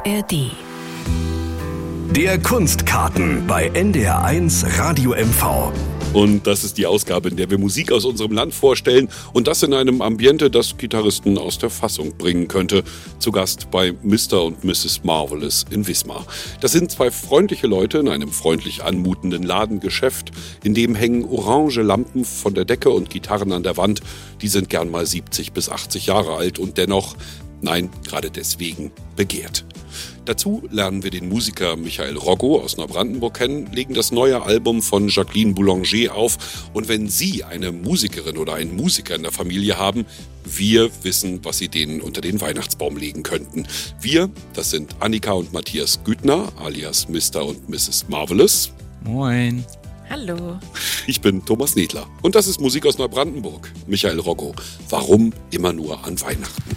ARD. Der Kunstkarten bei NDR1 Radio MV. Und das ist die Ausgabe, in der wir Musik aus unserem Land vorstellen und das in einem Ambiente, das Gitarristen aus der Fassung bringen könnte. Zu Gast bei Mr. und Mrs. Marvelous in Wismar. Das sind zwei freundliche Leute in einem freundlich anmutenden Ladengeschäft, in dem hängen orange Lampen von der Decke und Gitarren an der Wand. Die sind gern mal 70 bis 80 Jahre alt und dennoch, nein, gerade deswegen, begehrt. Dazu lernen wir den Musiker Michael Roggo aus Neubrandenburg kennen, legen das neue Album von Jacqueline Boulanger auf. Und wenn Sie eine Musikerin oder einen Musiker in der Familie haben, wir wissen, was Sie denen unter den Weihnachtsbaum legen könnten. Wir, das sind Annika und Matthias Güttner, alias Mr. und Mrs. Marvelous. Moin. Hallo. Ich bin Thomas Nedler und das ist Musik aus Neubrandenburg. Michael Roggo, warum immer nur an Weihnachten?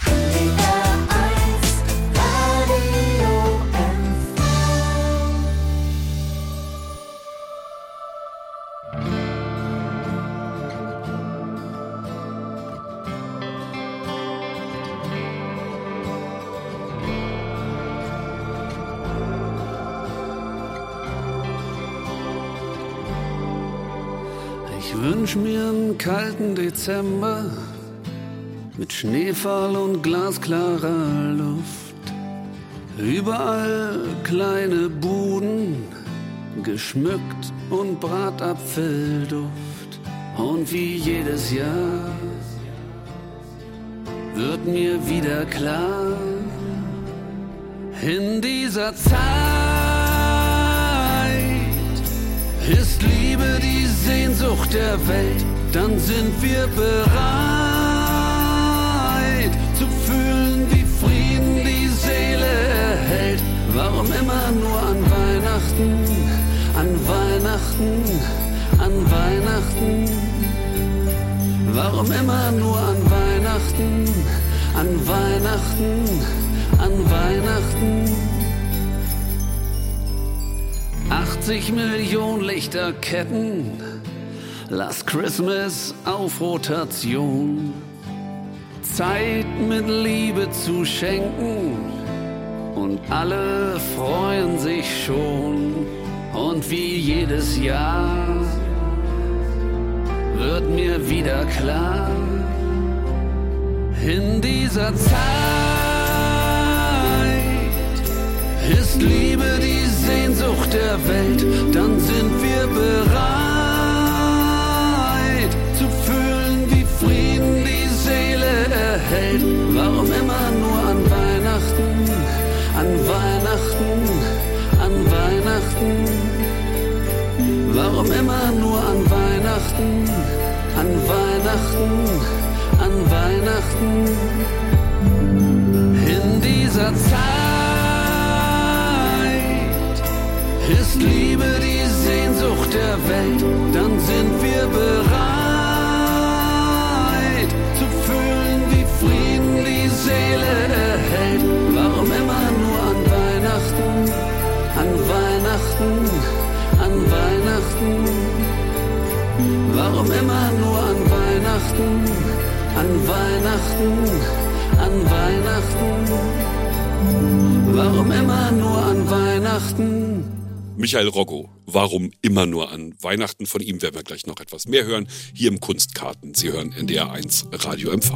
Ich wünsch mir einen kalten Dezember mit Schneefall und glasklarer Luft. Überall kleine Buden, geschmückt und Bratapfelduft. Und wie jedes Jahr wird mir wieder klar, in dieser Zeit ist Liebe die Sehnsucht der Welt, dann sind wir bereit zu fühlen, wie Frieden die Seele erhält. Warum immer nur an Weihnachten, an Weihnachten, an Weihnachten? Warum immer nur an Weihnachten, an Weihnachten, an Weihnachten? 80 Millionen Lichterketten, Last Christmas auf Rotation. Zeit mit Liebe zu schenken und alle freuen sich schon. Und wie jedes Jahr wird mir wieder klar, in dieser Zeit ist Liebe die Sehnsucht der Welt, dann sind wir bereit zu fühlen, wie Frieden die Seele erhält. Warum immer nur an Weihnachten, an Weihnachten, an Weihnachten? Warum immer nur an Weihnachten, an Weihnachten, an Weihnachten? In dieser Zeit ist Liebe die Sehnsucht der Welt, dann sind wir bereit zu fühlen, wie Frieden die Seele erhält. Warum immer nur an Weihnachten, an Weihnachten, an Weihnachten? Warum immer nur an Weihnachten, an Weihnachten, an Weihnachten? Warum immer nur an Weihnachten? Michael Roggo, warum immer nur an Weihnachten? Von ihm werden wir gleich noch etwas mehr hören, hier im Kunstkarten. Sie hören NDR1 Radio MV.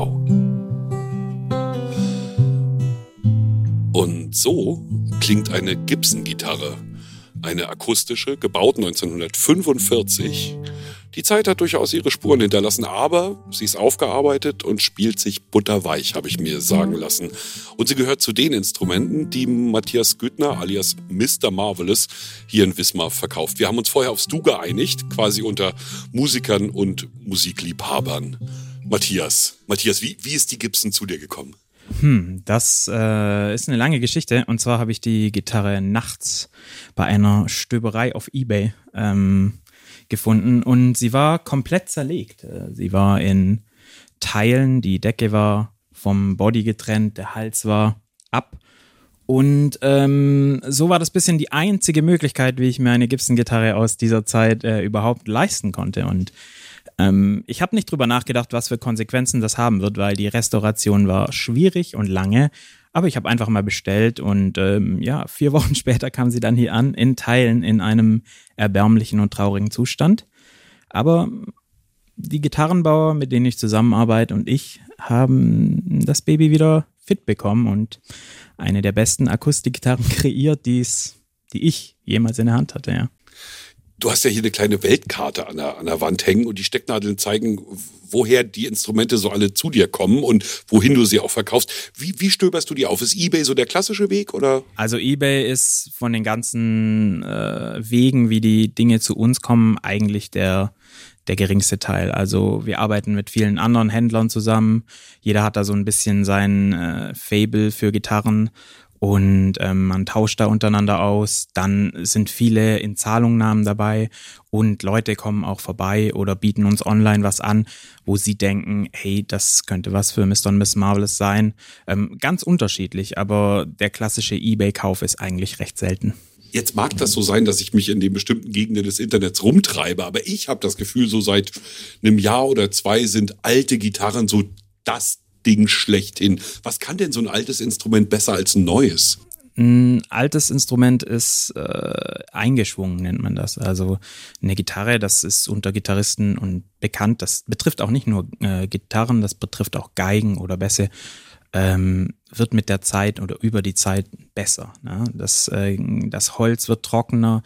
Und so klingt eine Gibson-Gitarre, eine akustische, gebaut 1945. Die Zeit hat durchaus ihre Spuren hinterlassen, aber sie ist aufgearbeitet und spielt sich butterweich, habe ich mir sagen lassen. Und sie gehört zu den Instrumenten, die Matthias Güttner alias Mr. Marvelous hier in Wismar verkauft. Wir haben uns vorher aufs Du geeinigt, quasi unter Musikern und Musikliebhabern. Matthias, wie ist die Gibson zu dir gekommen? Das ist eine lange Geschichte. Und zwar habe ich die Gitarre nachts bei einer Stöberei auf eBay gefunden und sie war komplett zerlegt. Sie war in Teilen, die Decke war vom Body getrennt, der Hals war ab und so war das bisschen die einzige Möglichkeit, wie ich mir eine Gibson-Gitarre aus dieser Zeit überhaupt leisten konnte. Und ich habe nicht drüber nachgedacht, was für Konsequenzen das haben wird, weil die Restauration war schwierig und lange. Aber ich habe einfach mal bestellt und 4 Wochen später kam sie dann hier an, in Teilen in einem erbärmlichen und traurigen Zustand. Aber die Gitarrenbauer, mit denen ich zusammenarbeite, und ich haben das Baby wieder fit bekommen und eine der besten Akustikgitarren kreiert, die ich jemals in der Hand hatte, ja. Du hast ja hier eine kleine Weltkarte an der Wand hängen und die Stecknadeln zeigen, woher die Instrumente so alle zu dir kommen und wohin du sie auch verkaufst. Wie stöberst du die auf? Ist eBay so der klassische Weg, oder? Also eBay ist von den ganzen Wegen, wie die Dinge zu uns kommen, eigentlich der geringste Teil. Also wir arbeiten mit vielen anderen Händlern zusammen. Jeder hat da so ein bisschen sein Faible für Gitarren. Und man tauscht da untereinander aus, dann sind viele in Zahlungnahmen dabei und Leute kommen auch vorbei oder bieten uns online was an, wo sie denken, hey, das könnte was für Mr. und Miss Marvelous sein. Ganz unterschiedlich, aber der klassische eBay-Kauf ist eigentlich recht selten. Jetzt mag das so sein, dass ich mich in den bestimmten Gegenden des Internets rumtreibe, aber ich habe das Gefühl, so seit einem Jahr oder 2 sind alte Gitarren so das Ding schlechthin. Was kann denn so ein altes Instrument besser als ein neues? Ein altes Instrument ist eingeschwungen, nennt man das. Also eine Gitarre, das ist unter Gitarristen und bekannt. Das betrifft auch nicht nur Gitarren, das betrifft auch Geigen oder Bässe. Wird mit der Zeit oder über die Zeit besser. Ne? Das Holz wird trockener,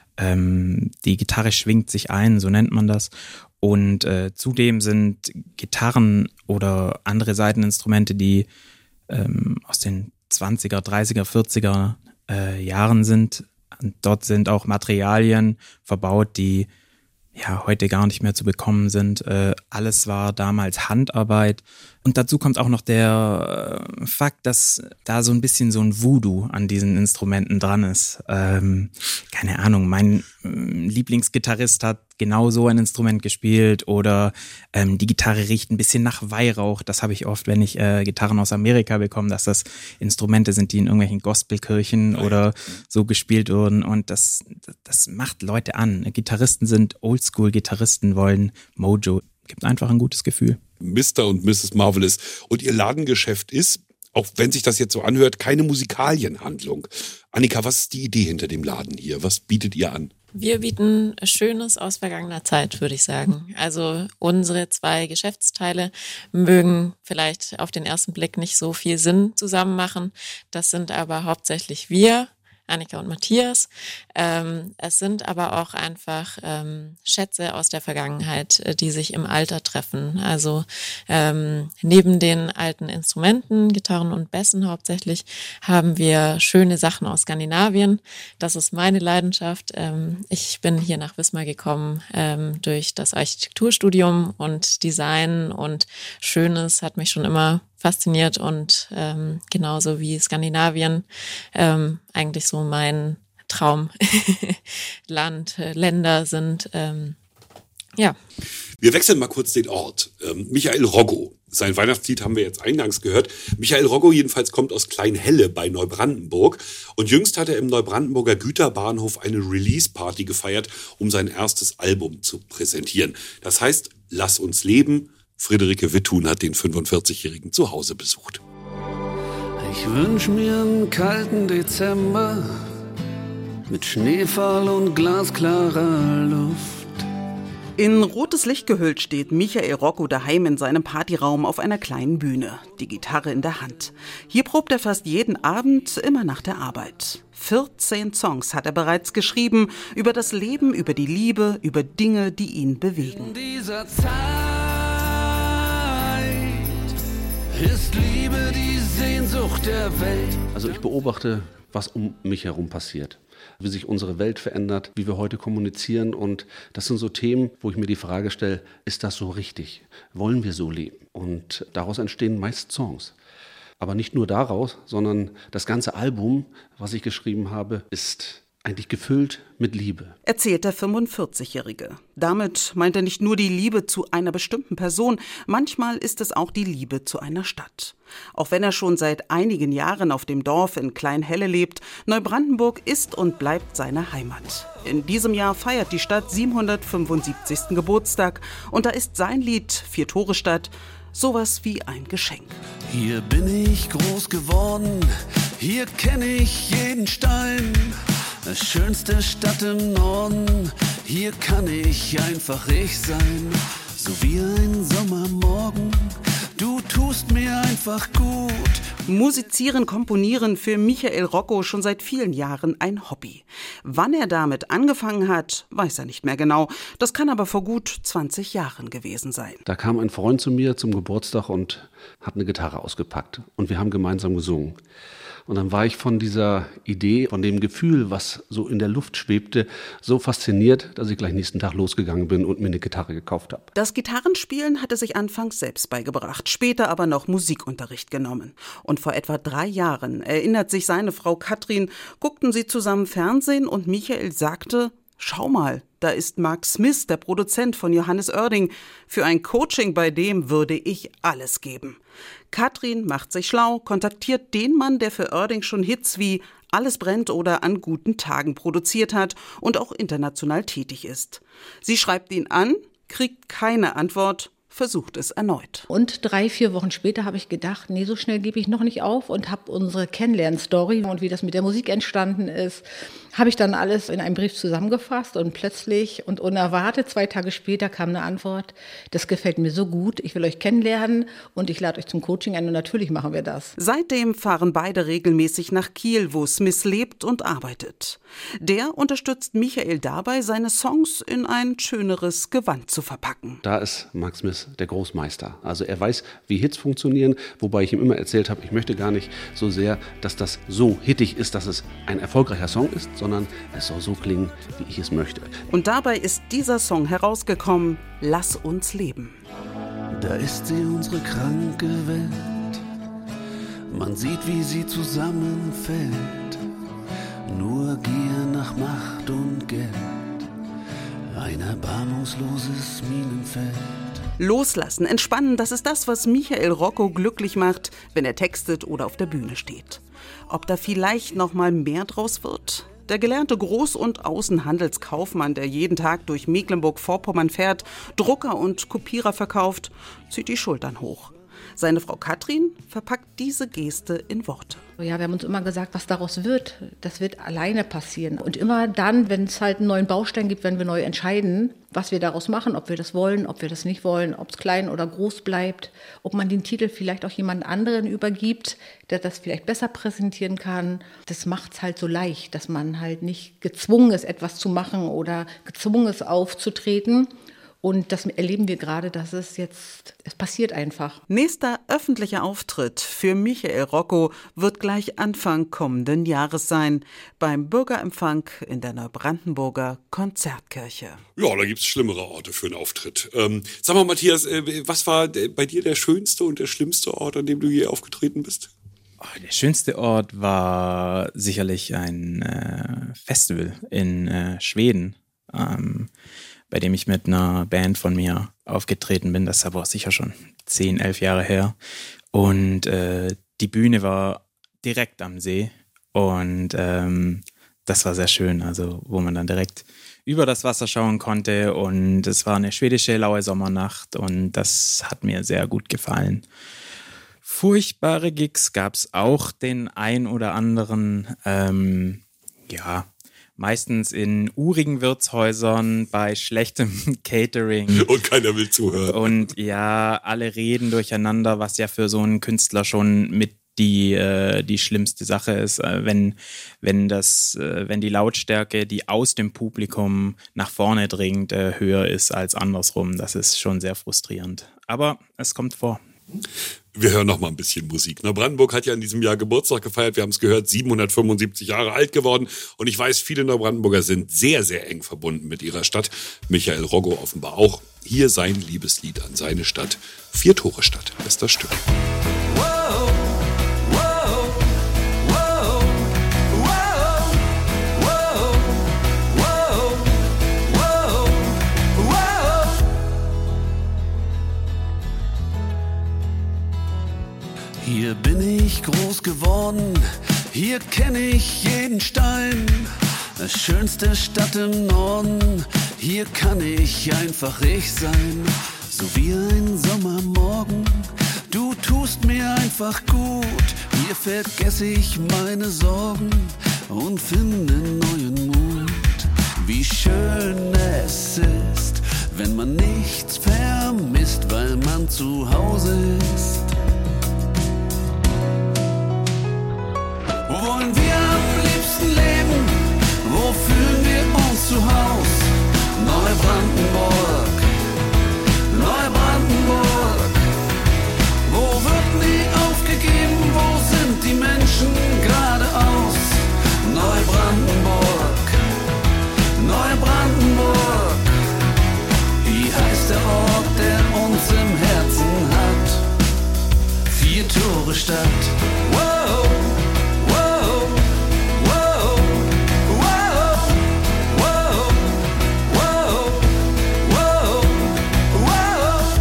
die Gitarre schwingt sich ein, so nennt man das. Und zudem sind Gitarren oder andere Saiteninstrumente, die aus den 20er, 30er, 40er Jahren sind. Und dort sind auch Materialien verbaut, die ja heute gar nicht mehr zu bekommen sind. Alles war damals Handarbeit. Und dazu kommt auch noch der Fakt, dass da so ein bisschen so ein Voodoo an diesen Instrumenten dran ist. Keine Ahnung, mein Lieblingsgitarrist hat genau so ein Instrument gespielt oder die Gitarre riecht ein bisschen nach Weihrauch. Das habe ich oft, wenn ich Gitarren aus Amerika bekomme, dass das Instrumente sind, die in irgendwelchen Gospelkirchen oder so gespielt wurden. Und das macht Leute an. Gitarristen sind Oldschool-Gitarristen, wollen Mojo. Gibt einfach ein gutes Gefühl. Mr. und Mrs. Marvelous. Und ihr Ladengeschäft ist, auch wenn sich das jetzt so anhört, keine Musikalienhandlung. Annika, was ist die Idee hinter dem Laden hier? Was bietet ihr an? Wir bieten Schönes aus vergangener Zeit, würde ich sagen. Also unsere 2 Geschäftsteile mögen vielleicht auf den ersten Blick nicht so viel Sinn zusammen machen. Das sind aber hauptsächlich wir, Annika und Matthias. Es sind aber auch einfach Schätze aus der Vergangenheit, die sich im Alter treffen. Also neben den alten Instrumenten, Gitarren und Bässen hauptsächlich, haben wir schöne Sachen aus Skandinavien. Das ist meine Leidenschaft. Ich bin hier nach Wismar gekommen durch das Architekturstudium und Design, und Schönes hat mich schon immer fasziniert und genauso wie Skandinavien eigentlich so mein Traumland, Länder sind. Ja. Wir wechseln mal kurz den Ort. Michael Roggo. Sein Weihnachtslied haben wir jetzt eingangs gehört. Michael Roggo jedenfalls kommt aus Kleinhelle bei Neubrandenburg. Und jüngst hat er im Neubrandenburger Güterbahnhof eine Release-Party gefeiert, um sein erstes Album zu präsentieren. Das heißt, Lass uns leben. Friederike Witthuhn hat den 45-Jährigen zu Hause besucht. Ich wünsch mir einen kalten Dezember mit Schneefall und glasklarer Luft. In rotes Licht gehüllt steht Michael Roggo daheim in seinem Partyraum auf einer kleinen Bühne, die Gitarre in der Hand. Hier probt er fast jeden Abend, immer nach der Arbeit. 14 Songs hat er bereits geschrieben, über das Leben, über die Liebe, über Dinge, die ihn bewegen. In dieser Zeit ist Liebe die Sehnsucht der Welt. Also ich beobachte, was um mich herum passiert, wie sich unsere Welt verändert, wie wir heute kommunizieren, und das sind so Themen, wo ich mir die Frage stelle, ist das so richtig? Wollen wir so leben? Und daraus entstehen meist Songs. Aber nicht nur daraus, sondern das ganze Album, was ich geschrieben habe, ist eigentlich gefüllt mit Liebe. Erzählt der 45-Jährige. Damit meint er nicht nur die Liebe zu einer bestimmten Person, manchmal ist es auch die Liebe zu einer Stadt. Auch wenn er schon seit einigen Jahren auf dem Dorf in Kleinhelle lebt, Neubrandenburg ist und bleibt seine Heimat. In diesem Jahr feiert die Stadt 775. Geburtstag und da ist sein Lied 4 Tore Stadt Sowas wie ein Geschenk. Hier bin ich groß geworden, hier kenne ich jeden Stein. Schönste Stadt im Norden, hier kann ich einfach ich sein. So wie ein Sommermorgen, du tust mir einfach gut. Musizieren, komponieren, für Michael Rocco schon seit vielen Jahren ein Hobby. Wann er damit angefangen hat, weiß er nicht mehr genau. Das kann aber vor gut 20 Jahren gewesen sein. Da kam ein Freund zu mir zum Geburtstag und hat eine Gitarre ausgepackt. Und wir haben gemeinsam gesungen. Und dann war ich von dieser Idee, von dem Gefühl, was so in der Luft schwebte, so fasziniert, dass ich gleich nächsten Tag losgegangen bin und mir eine Gitarre gekauft habe. Das Gitarrenspielen hat er sich anfangs selbst beigebracht, später aber noch Musikunterricht genommen. Und vor etwa 3 Jahren, erinnert sich seine Frau Katrin, guckten sie zusammen Fernsehen und Michael sagte: Schau mal, da ist Mark Smith, der Produzent von Johannes Oerding. Für ein Coaching bei dem würde ich alles geben. Katrin macht sich schlau, kontaktiert den Mann, der für Oerding schon Hits wie Alles brennt oder An guten Tagen produziert hat und auch international tätig ist. Sie schreibt ihn an, kriegt keine Antwort, versucht es erneut. Und 3-4 Wochen später habe ich gedacht, nee, so schnell gebe ich noch nicht auf, und habe unsere Kennenlern-Story und wie das mit der Musik entstanden ist, habe ich dann alles in einem Brief zusammengefasst, und plötzlich und unerwartet 2 Tage später kam eine Antwort: Das gefällt mir so gut, ich will euch kennenlernen und ich lade euch zum Coaching ein, und natürlich machen wir das. Seitdem fahren beide regelmäßig nach Kiel, wo Smith lebt und arbeitet. Der unterstützt Michael dabei, seine Songs in ein schöneres Gewand zu verpacken. Da ist Mark Smith der Großmeister. Also er weiß, wie Hits funktionieren, wobei ich ihm immer erzählt habe, ich möchte gar nicht so sehr, dass das so hittig ist, dass es ein erfolgreicher Song ist, sondern es soll so klingen, wie ich es möchte. Und dabei ist dieser Song herausgekommen: Lass uns leben. Da ist sie, unsere kranke Welt. Man sieht, wie sie zusammenfällt. Nur Gier nach Macht und Geld. Ein erbarmungsloses Minenfeld. Loslassen, entspannen, das ist das, was Michael Rocco glücklich macht, wenn er textet oder auf der Bühne steht. Ob da vielleicht noch mal mehr draus wird? Der gelernte Groß- und Außenhandelskaufmann, der jeden Tag durch Mecklenburg-Vorpommern fährt, Drucker und Kopierer verkauft, zieht die Schultern hoch. Seine Frau Katrin verpackt diese Geste in Worte. Ja, wir haben uns immer gesagt, was daraus wird, das wird alleine passieren. Und immer dann, wenn es halt einen neuen Baustein gibt, wenn wir neu entscheiden, was wir daraus machen, ob wir das wollen, ob wir das nicht wollen, ob es klein oder groß bleibt, ob man den Titel vielleicht auch jemand anderen übergibt, der das vielleicht besser präsentieren kann. Das macht es halt so leicht, dass man halt nicht gezwungen ist, etwas zu machen oder gezwungen ist, aufzutreten. Und das erleben wir gerade, dass es passiert einfach. Nächster öffentlicher Auftritt für Michael Rocco wird gleich Anfang kommenden Jahres sein, beim Bürgerempfang in der Neubrandenburger Konzertkirche. Ja, da gibt's schlimmere Orte für einen Auftritt. Sag mal, Matthias, was war bei dir der schönste und der schlimmste Ort, an dem du je aufgetreten bist? Der schönste Ort war sicherlich ein Festival in Schweden, bei dem ich mit einer Band von mir aufgetreten bin. Das war sicher schon 10, 11 Jahre her. Und die Bühne war direkt am See. Und das war sehr schön, also wo man dann direkt über das Wasser schauen konnte. Und es war eine schwedische laue Sommernacht und das hat mir sehr gut gefallen. Furchtbare Gigs gab es auch, den ein oder anderen, meistens in urigen Wirtshäusern bei schlechtem Catering. Und keiner will zuhören. Und ja, alle reden durcheinander, was ja für so einen Künstler schon mit die schlimmste Sache ist, wenn die Lautstärke, die aus dem Publikum nach vorne dringt, höher ist als andersrum. Das ist schon sehr frustrierend. Aber es kommt vor. Wir hören noch mal ein bisschen Musik. Neubrandenburg hat ja in diesem Jahr Geburtstag gefeiert. Wir haben es gehört, 775 Jahre alt geworden. Und ich weiß, viele Neubrandenburger sind sehr, sehr eng verbunden mit ihrer Stadt. Michael Rocco offenbar auch. Hier sein Liebeslied an seine Stadt. 4 Tore Stadt ist das Stück. Hier bin ich groß geworden, hier kenne ich jeden Stein. Schönste Stadt im Norden, hier kann ich einfach ich sein. So wie ein Sommermorgen, tust mir einfach gut. Hier vergesse ich meine Sorgen und finde neuen Mut. Wie schön es ist, wenn man nichts vermisst, weil man zu Hause ist. Wo wollen wir am liebsten leben? Wo fühlen wir uns zu Haus? Neubrandenburg, Neubrandenburg. Wo wird nie aufgegeben? Wo sind die Menschen geradeaus? Neubrandenburg, Neubrandenburg. Wie heißt der Ort, der uns im Herzen hat? 4 Tore Stadt. Wow, wow, wow, wow, wow, wow, wow, wow.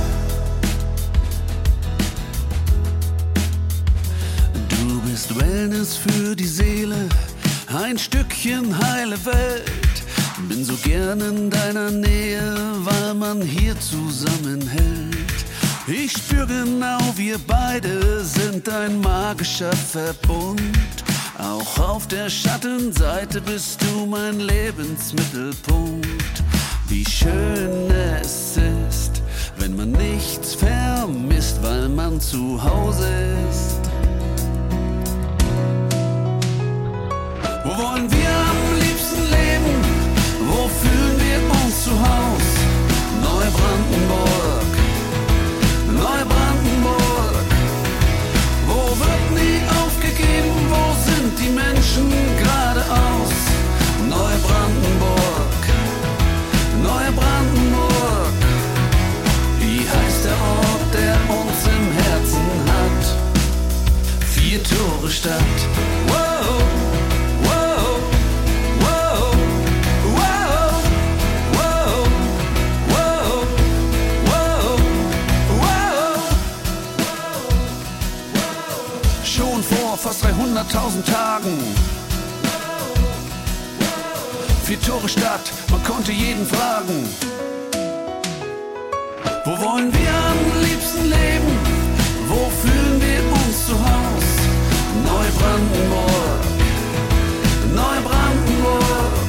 Du bist Wellness für die Seele, ein Stückchen heile Welt. Bin so gern in deiner Nähe, weil man hier zusammenhält. Ich spür genau, wir beide sind ein magischer Verbund. Auch auf der Schattenseite bist du mein Lebensmittelpunkt. Wie schön es ist, wenn man nichts vermisst, weil man zu Hause ist. Wo wollen wir am liebsten leben? Wo fühlen wir uns zu Haus? Neubrandenburg, Neubrandenburg. Wo wird nie aufgegeben? Wo sind die Menschen geradeaus? Neubrandenburg, Neubrandenburg. Wie heißt der Ort, der uns im Herzen hat? 4 Tore Stadt. Wow. Fast 300.000 Tagen. 4 Tore Stadt, man konnte jeden fragen. Wo wollen wir am liebsten leben? Wo fühlen wir uns zu Haus? Neubrandenburg, Neubrandenburg.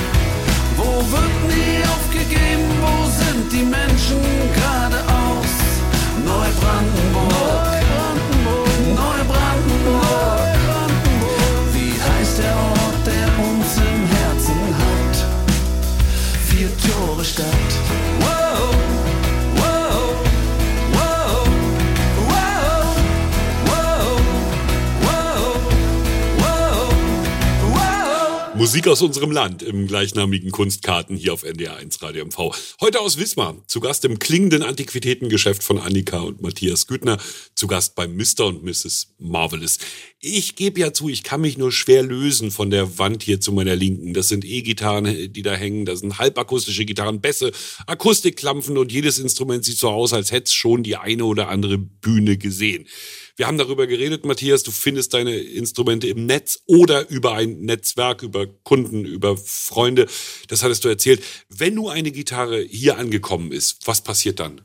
Wo wird nie aufgegeben? Wo sind die Menschen geradeaus? Neubrandenburg, Neubrandenburg. Wie heißt der Ort, der uns im Herzen hat? 4 Tore Stadt. Wow, wow, wow, wow, wow, wow, wow, wow. Musik aus unserem Land im gleichnamigen Kunstkarten hier auf NDR 1 Radio MV. Heute aus Wismar, zu Gast im klingenden Antiquitätengeschäft von Annika und Matthias Güttner, zu Gast bei Mr. und Mrs. Marvelous. Ich gebe ja zu, ich kann mich nur schwer lösen von der Wand hier zu meiner Linken. Das sind E-Gitarren, die da hängen, das sind halbakustische Gitarren, Bässe, Akustikklampfen und jedes Instrument sieht so aus, als hätte es schon die eine oder andere Bühne gesehen. Wir haben darüber geredet, Matthias, du findest deine Instrumente im Netz oder über ein Netzwerk, über Kunden, über Freunde. Das hattest du erzählt. Wenn nur eine Gitarre hier angekommen ist, was passiert dann?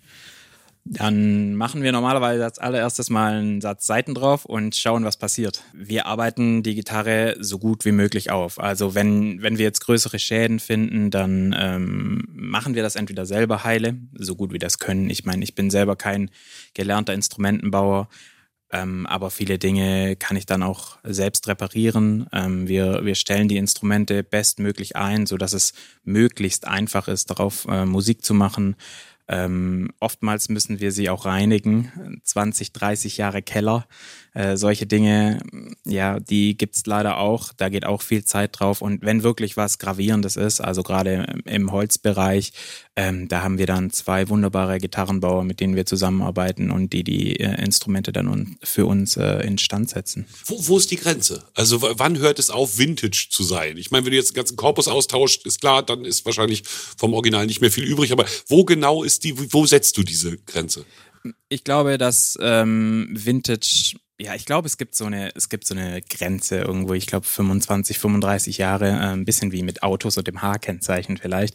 Dann machen wir normalerweise als allererstes mal einen Satz Saiten drauf und schauen, was passiert. Wir arbeiten die Gitarre so gut wie möglich auf. Also wenn wir jetzt größere Schäden finden, dann machen wir das entweder selber heile, so gut wie das können. Ich meine, ich bin selber kein gelernter Instrumentenbauer, aber viele Dinge kann ich dann auch selbst reparieren. Wir stellen die Instrumente bestmöglich ein, sodass es möglichst einfach ist, darauf Musik zu machen. Oftmals müssen wir sie auch reinigen, 20, 30 Jahre Keller, solche Dinge, ja, die gibt's leider auch, da geht auch viel Zeit drauf und wenn wirklich was Gravierendes ist, also gerade im Holzbereich, da haben wir dann 2 wunderbare Gitarrenbauer, mit denen wir zusammenarbeiten und die Instrumente dann für uns instand setzen. Wo ist die Grenze? Also wann hört es auf, Vintage zu sein? Ich meine, wenn du jetzt den ganzen Korpus austauscht, ist klar, dann ist wahrscheinlich vom Original nicht mehr viel übrig, aber wo genau wo setzt du diese Grenze? Ich glaube, dass Vintage, ja, ich glaube, es gibt so eine Grenze irgendwo, ich glaube 25, 35 Jahre, ein bisschen wie mit Autos und dem H-Kennzeichen vielleicht.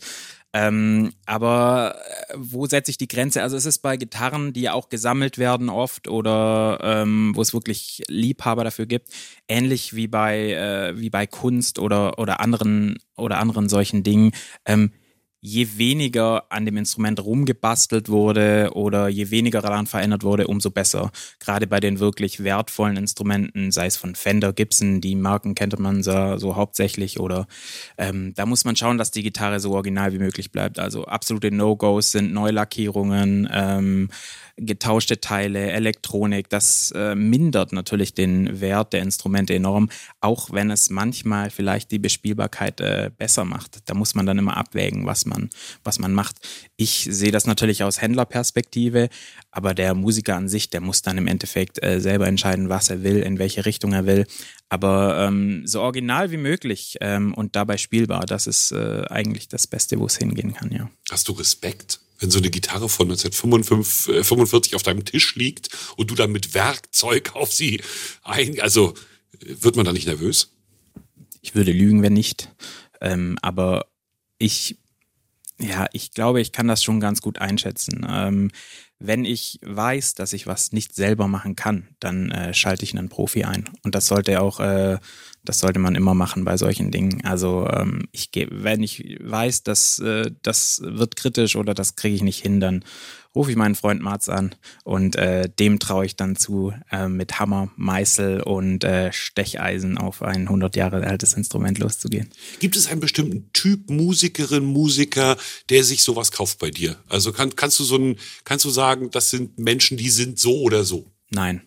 Aber wo setze ich die Grenze? Also es ist bei Gitarren, die ja auch gesammelt werden oft oder wo es wirklich Liebhaber dafür gibt, ähnlich wie bei Kunst oder anderen solchen Dingen. Je weniger an dem Instrument rumgebastelt wurde oder je weniger daran verändert wurde, umso besser. Gerade bei den wirklich wertvollen Instrumenten, sei es von Fender, Gibson, die Marken kennt man so hauptsächlich oder da muss man schauen, dass die Gitarre so original wie möglich bleibt. Also absolute No-Gos sind Neulackierungen, getauschte Teile, Elektronik, das mindert natürlich den Wert der Instrumente enorm, auch wenn es manchmal vielleicht die Bespielbarkeit besser macht. Da muss man dann immer abwägen, was man macht. Ich sehe das natürlich aus Händlerperspektive, aber der Musiker an sich, der muss dann im Endeffekt selber entscheiden, was er will, in welche Richtung er will. Aber so original wie möglich und dabei spielbar, das ist eigentlich das Beste, wo es hingehen kann, ja. Hast du Respekt, wenn so eine Gitarre von 1945 auf deinem Tisch liegt und du dann mit Werkzeug auf sie also wird man da nicht nervös? Ich würde lügen, wenn nicht. Aber ich glaube, ich kann das schon ganz gut einschätzen. Wenn ich weiß, dass ich was nicht selber machen kann, dann schalte ich einen Profi ein. Und das sollte man immer machen bei solchen Dingen. Also wenn ich weiß, dass das wird kritisch oder das kriege ich nicht hin, dann rufe ich meinen Freund Mats an und dem traue ich dann zu, mit Hammer, Meißel und Stecheisen auf ein 100 Jahre altes Instrument loszugehen. Gibt es einen bestimmten Typ Musikerin, Musiker, der sich sowas kauft bei dir? Also kannst du sagen, das sind Menschen, die sind so oder so? Nein.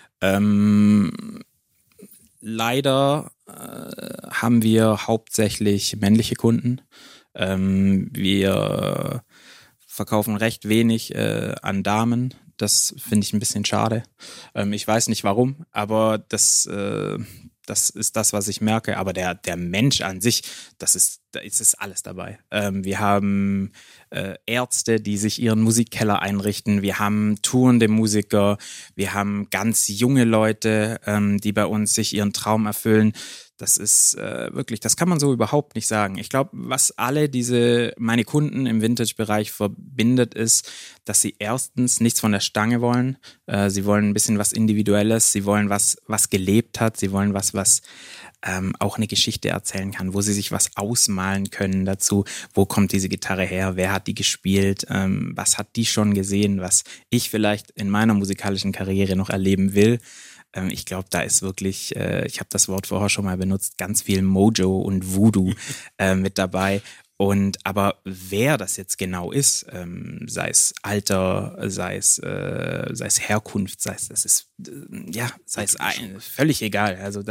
Leider haben wir hauptsächlich männliche Kunden. Wir verkaufen recht wenig an Damen. Das finde ich ein bisschen schade. Ich weiß nicht warum, aber das ist das, was ich merke. Aber der Mensch an sich, da ist alles dabei. Wir haben Ärzte, die sich ihren Musikkeller einrichten. Wir haben tourende Musiker. Wir haben ganz junge Leute, die bei uns sich ihren Traum erfüllen. Das ist wirklich, das kann man so überhaupt nicht sagen. Ich glaube, was alle meine Kunden im Vintage-Bereich verbindet, ist, dass sie erstens nichts von der Stange wollen. Sie wollen ein bisschen was Individuelles. Sie wollen was gelebt hat. Sie wollen was auch eine Geschichte erzählen kann, wo sie sich was ausmalen können dazu. Wo kommt diese Gitarre her? Wer hat die gespielt? Was hat die schon gesehen, was ich vielleicht in meiner musikalischen Karriere noch erleben will? Ich glaube, da ist wirklich, ich habe das Wort vorher schon mal benutzt, ganz viel Mojo und Voodoo mit dabei. Aber wer das jetzt genau ist, sei es Alter, sei es Herkunft, sei es völlig egal. Also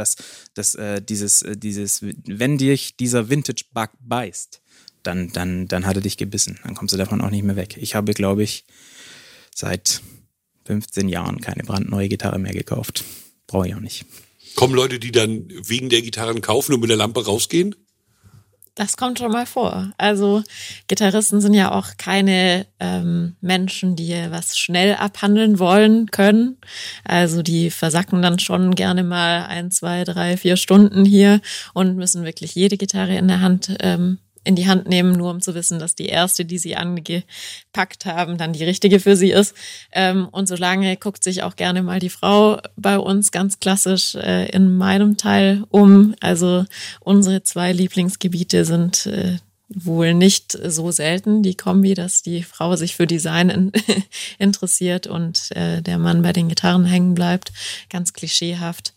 wenn dich dieser Vintage-Bug beißt, dann hat er dich gebissen. Dann kommst du davon auch nicht mehr weg. Ich habe, glaube ich, seit 15 Jahren keine brandneue Gitarre mehr gekauft. Brauche ich auch nicht. Kommen Leute, die dann wegen der Gitarren kaufen und mit der Lampe rausgehen? Das kommt schon mal vor. Also Gitarristen sind ja auch keine Menschen, die was schnell abhandeln wollen können. Also die versacken dann schon gerne mal 1, 2, 3, 4 Stunden hier und müssen wirklich jede Gitarre in die Hand nehmen, nur um zu wissen, dass die erste, die sie angepackt haben, dann die richtige für sie ist. Und solange guckt sich auch gerne mal die Frau bei uns ganz klassisch in meinem Teil um. Also unsere 2 Lieblingsgebiete sind wohl nicht so selten, die Kombi, dass die Frau sich für Design interessiert und der Mann bei den Gitarren hängen bleibt. Ganz klischeehaft.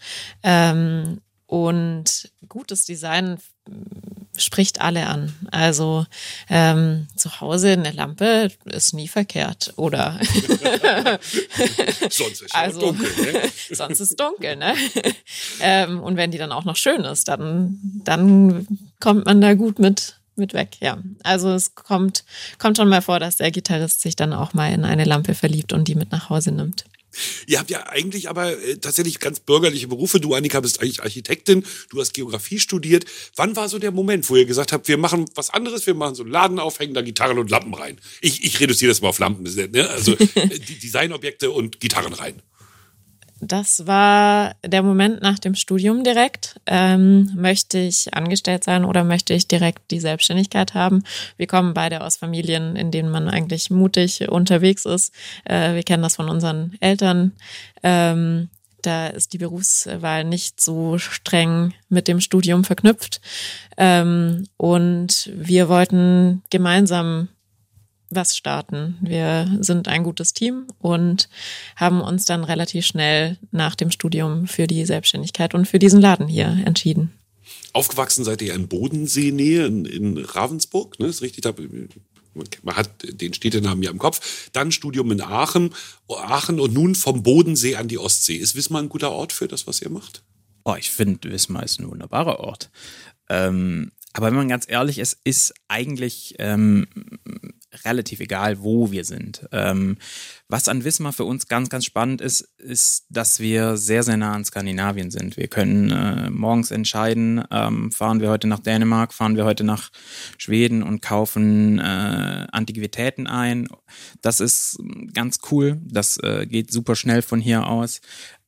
Und gutes Design spricht alle an. Also zu Hause eine Lampe ist nie verkehrt, oder? Sonst ist es dunkel, ne? Sonst ist es dunkel, ne? Und wenn die dann auch noch schön ist, dann kommt man da gut mit weg, ja. Also es kommt schon mal vor, dass der Gitarrist sich dann auch mal in eine Lampe verliebt und die mit nach Hause nimmt. Ihr habt ja eigentlich aber tatsächlich ganz bürgerliche Berufe. Du, Annika, bist eigentlich Architektin, du hast Geografie studiert. Wann war so der Moment, wo ihr gesagt habt, wir machen was anderes, wir machen so einen Laden auf, hängen da Gitarren und Lampen rein? Ich reduziere das mal auf Lampen, ne? Also die Designobjekte und Gitarren rein. Das war der Moment nach dem Studium direkt. Möchte ich angestellt sein oder möchte ich direkt die Selbstständigkeit haben? Wir kommen beide aus Familien, in denen man eigentlich mutig unterwegs ist. Wir kennen das von unseren Eltern. Da ist die Berufswahl nicht so streng mit dem Studium verknüpft. Und wir wollten gemeinsam was starten. Wir sind ein gutes Team und haben uns dann relativ schnell nach dem Studium für die Selbstständigkeit und für diesen Laden hier entschieden. Aufgewachsen seid ihr in Bodenseenähe in Ravensburg, ne? Ist richtig? Man hat den Städtenamen ja im Kopf. Dann Studium in Aachen und nun vom Bodensee an die Ostsee. Ist Wismar ein guter Ort für das, was ihr macht? Oh, ich finde, Wismar ist ein wunderbarer Ort. Aber wenn man ganz ehrlich ist, ist eigentlich relativ egal, wo wir sind. Was an Wismar für uns ganz, ganz spannend ist, dass wir sehr, sehr nah an Skandinavien sind. Wir können morgens entscheiden, fahren wir heute nach Dänemark, fahren wir heute nach Schweden und kaufen Antiquitäten ein. Das ist ganz cool. Das geht super schnell von hier aus.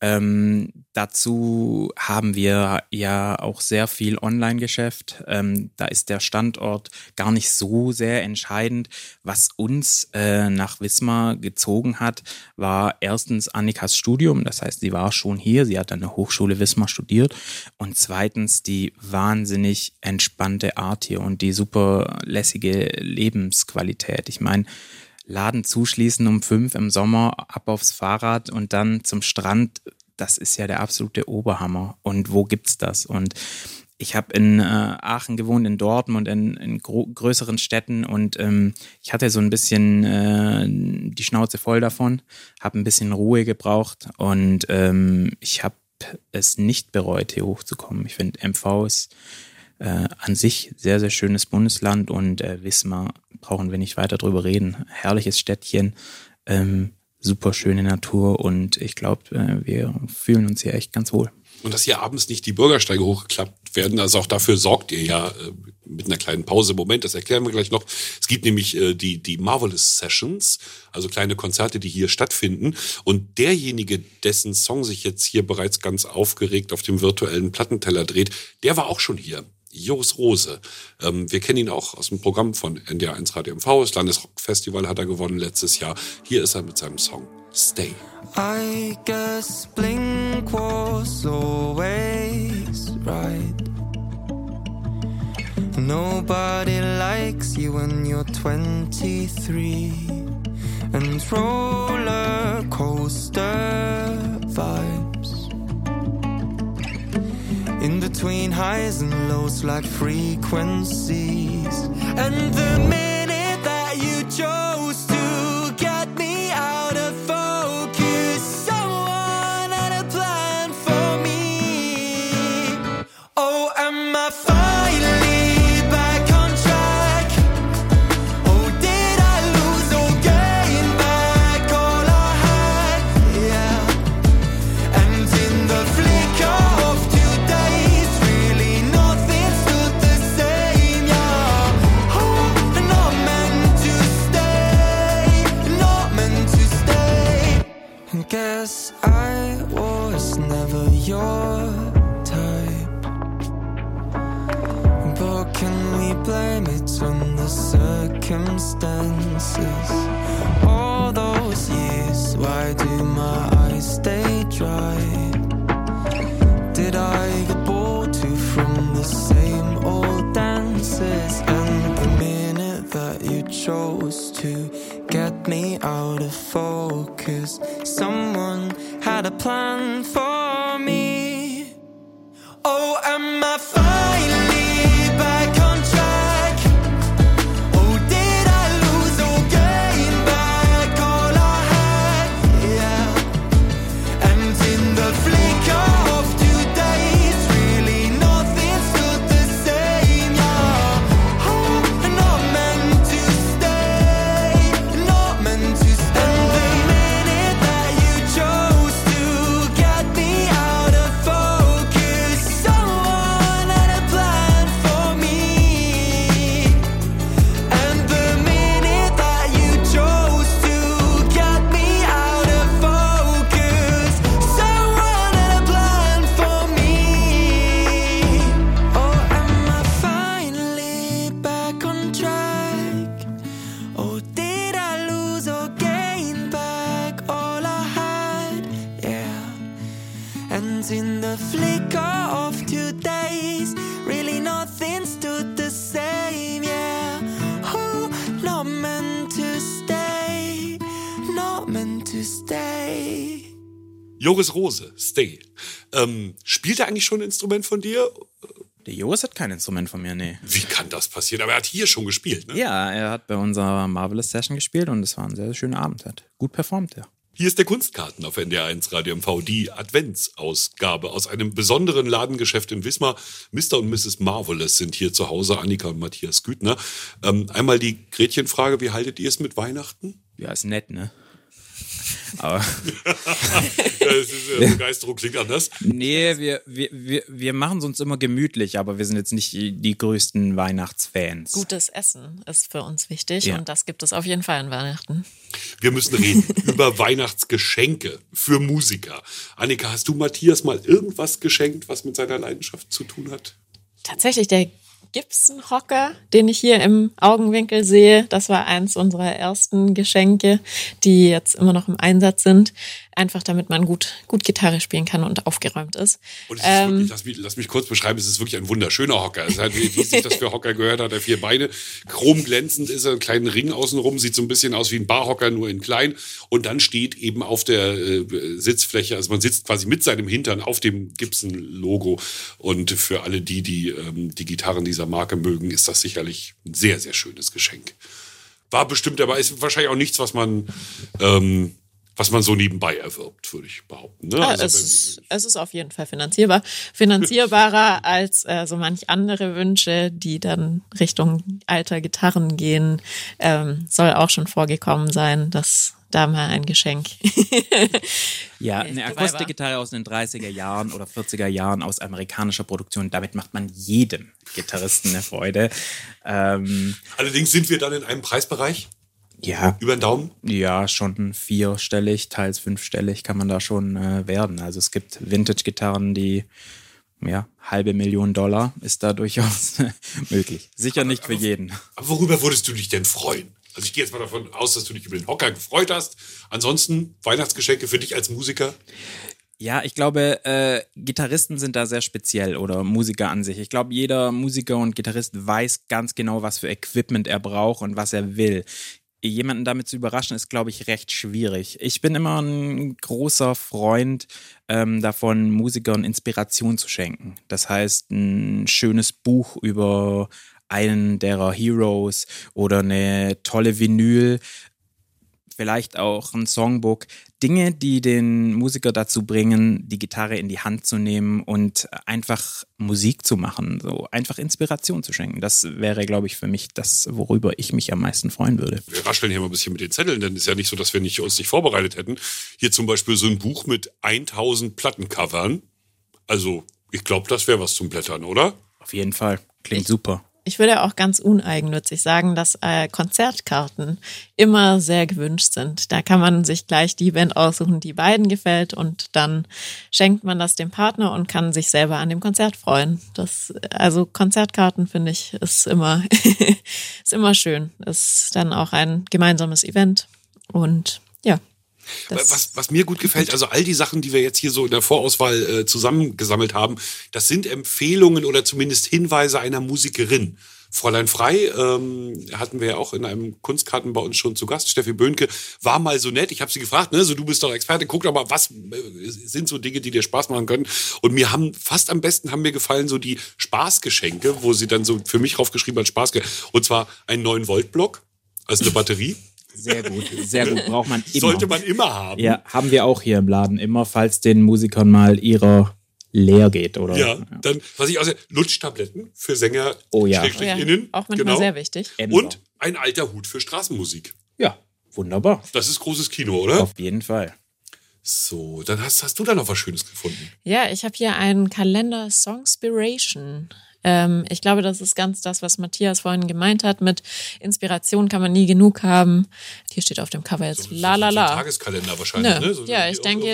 Dazu haben wir ja auch sehr viel Online-Geschäft. Da ist der Standort gar nicht so sehr entscheidend. Was uns nach Wismar gezogen hat, war erstens Annikas Studium. Das heißt, sie war schon hier. Sie hat an der Hochschule Wismar studiert. Und zweitens die wahnsinnig entspannte Art hier und die super lässige Lebensqualität. Ich meine, Laden zuschließen um 5 im Sommer, ab aufs Fahrrad und dann zum Strand, das ist ja der absolute Oberhammer. Und wo gibt's das? Und ich habe in Aachen gewohnt, in Dortmund, in größeren Städten und ich hatte so ein bisschen die Schnauze voll davon, habe ein bisschen Ruhe gebraucht und ich habe es nicht bereut, hier hochzukommen. Ich finde, MV ist an sich sehr, sehr schönes Bundesland und Wismar brauchen wir nicht weiter drüber reden. Herrliches Städtchen, super schöne Natur und ich glaube, wir fühlen uns hier echt ganz wohl. Und dass hier abends nicht die Bürgersteige hochgeklappt werden, also auch dafür sorgt ihr ja mit einer kleinen Pause. Moment, das erklären wir gleich noch. Es gibt nämlich die Marvelous Sessions, also kleine Konzerte, die hier stattfinden. Und derjenige, dessen Song sich jetzt hier bereits ganz aufgeregt auf dem virtuellen Plattenteller dreht, der war auch schon hier. Jos Rose. Wir kennen ihn auch aus dem Programm von NDR1 Radio MV. Das Landesrockfestival hat er gewonnen letztes Jahr. Hier ist er mit seinem Song Stay. I guess Blink was always right. Nobody likes you when you're 23. And roller coaster vibes. In between highs and lows like frequencies. And the minute that you chose to get me out of focus, someone had a plan for me. Oh, am I finally back on track? Oh, did I lose or gain back all I had? Yeah. And in the flicker of guess I was never your type, but can we blame it on the circumstances? All those years, why do my eyes stay dry? Did I get bored too from the same old dances? And the minute that you chose to get me out of focus, someone had a plan for me. Oh, am I finally back on track? Oh, did I lose or gain back all I had? Yeah. And in the flicker of 2 days, really nothing stood the same. Yeah. Oh, not meant to stay, not meant to stay. And the minute that you chose to get me the flicker of 2 days, really nothing stood the same, yeah. Oh, not meant to stay, not meant to stay. Joris Rose, Stay. Spielt er eigentlich schon ein Instrument von dir? Der Joris hat kein Instrument von mir, nee. Wie kann das passieren? Aber er hat hier schon gespielt, ne? Ja, er hat bei unserer Marvelous Session gespielt und es war ein sehr, sehr schöner Abend. Er hat gut performt, ja. Hier ist der Kunstkarten auf NDR 1 Radio MV, die Adventsausgabe aus einem besonderen Ladengeschäft in Wismar. Mr. und Mrs. Marvelous sind hier zu Hause, Annika und Matthias Güthner. Einmal die Gretchenfrage, wie haltet ihr es mit Weihnachten? Ja, ist nett, ne? Aber Begeisterung klingt anders. Nee, wir machen es uns immer gemütlich, aber wir sind jetzt nicht die größten Weihnachtsfans. Gutes Essen ist für uns wichtig Ja. und das gibt es auf jeden Fall an Weihnachten. Wir müssen reden über Weihnachtsgeschenke für Musiker. Annika, hast du Matthias mal irgendwas geschenkt, was mit seiner Leidenschaft zu tun hat? Tatsächlich der Gibson-Hocker, den ich hier im Augenwinkel sehe, das war eins unserer ersten Geschenke, die jetzt immer noch im Einsatz sind. Einfach damit man gut Gitarre spielen kann und aufgeräumt ist. Und es ist wirklich, lass mich kurz beschreiben, es ist wirklich ein wunderschöner Hocker. Es ist halt, wie sich das für Hocker gehört hat, er 4 Beine, chromglänzend ist er, einen kleinen Ring außenrum, sieht so ein bisschen aus wie ein Barhocker, nur in klein. Und dann steht eben auf der Sitzfläche, also man sitzt quasi mit seinem Hintern auf dem Gibson-Logo. Und für alle die die Gitarren dieser Marke mögen, ist das sicherlich ein sehr, sehr schönes Geschenk. War bestimmt, aber ist wahrscheinlich auch nichts, was man so nebenbei erwirbt, würde ich behaupten. Ne? Ja, Also es ist auf jeden Fall finanzierbar. Finanzierbarer als so manch andere Wünsche, die dann Richtung alter Gitarren gehen. Soll auch schon vorgekommen sein, dass da mal ein Geschenk. Ja, eine Akustikgitarre aus den 30er Jahren oder 40er Jahren aus amerikanischer Produktion, damit macht man jedem Gitarristen eine Freude. Allerdings sind wir dann in einem Preisbereich. Ja. Über den Daumen? Ja, schon 4-stellig, teils 5-stellig kann man da schon werden. Also es gibt Vintage-Gitarren, die, ja, $500,000 ist da durchaus möglich. Sicher nicht für jeden. Aber worüber würdest du dich denn freuen? Also ich gehe jetzt mal davon aus, dass du dich über den Hocker gefreut hast. Ansonsten Weihnachtsgeschenke für dich als Musiker? Ja, ich glaube, Gitarristen sind da sehr speziell oder Musiker an sich. Ich glaube, jeder Musiker und Gitarrist weiß ganz genau, was für Equipment er braucht und was er will. Jemanden damit zu überraschen, ist, glaube ich, recht schwierig. Ich bin immer ein großer Freund davon, Musikern Inspiration zu schenken. Das heißt, ein schönes Buch über einen derer Heroes oder eine tolle Vinyl, vielleicht auch ein Songbook. Dinge, die den Musiker dazu bringen, die Gitarre in die Hand zu nehmen und einfach Musik zu machen, so einfach Inspiration zu schenken. Das wäre, glaube ich, für mich das, worüber ich mich am meisten freuen würde. Wir rascheln hier mal ein bisschen mit den Zetteln, denn es ist ja nicht so, dass wir uns nicht vorbereitet hätten. Hier zum Beispiel so ein Buch mit 1000 Plattencovern. Also, ich glaube, das wäre was zum Blättern, oder? Auf jeden Fall. Klingt super. Ich würde auch ganz uneigennützig sagen, dass Konzertkarten immer sehr gewünscht sind. Da kann man sich gleich die Band aussuchen, die beiden gefällt und dann schenkt man das dem Partner und kann sich selber an dem Konzert freuen. Also Konzertkarten, finde ich, ist immer schön. Ist dann auch ein gemeinsames Event und ja. Was mir gut gefällt, also all die Sachen, die wir jetzt hier so in der Vorauswahl zusammengesammelt haben, das sind Empfehlungen oder zumindest Hinweise einer Musikerin. Fräulein Frei hatten wir ja auch in einem Kunstkarten bei uns schon zu Gast. Steffi Böhnke war mal so nett. Ich habe sie gefragt, ne, so du bist doch Experte, guck doch mal, was sind so Dinge, die dir Spaß machen können. Und mir haben fast am besten gefallen so die Spaßgeschenke, wo sie dann so für mich draufgeschrieben hat, und zwar einen 9-Volt-Block, also eine Batterie. Sehr gut, braucht man immer. Sollte man immer haben. Ja, haben wir auch hier im Laden immer, falls den Musikern mal ihrer leer geht, oder? Ja, dann, was ich außer Lutschtabletten für Sänger, Schrägstrich-Innen. Auch manchmal sehr wichtig. Und ein alter Hut für Straßenmusik. Ja, wunderbar. Das ist großes Kino, oder? Auf jeden Fall. So, dann hast du da noch was Schönes gefunden. Ja, ich habe hier einen Kalender Songspiration. Ich glaube, das ist ganz das, was Matthias vorhin gemeint hat. Mit Inspiration kann man nie genug haben. Hier steht auf dem Cover jetzt La La La. So ein Tageskalender wahrscheinlich, ne? So, ja, ich denke,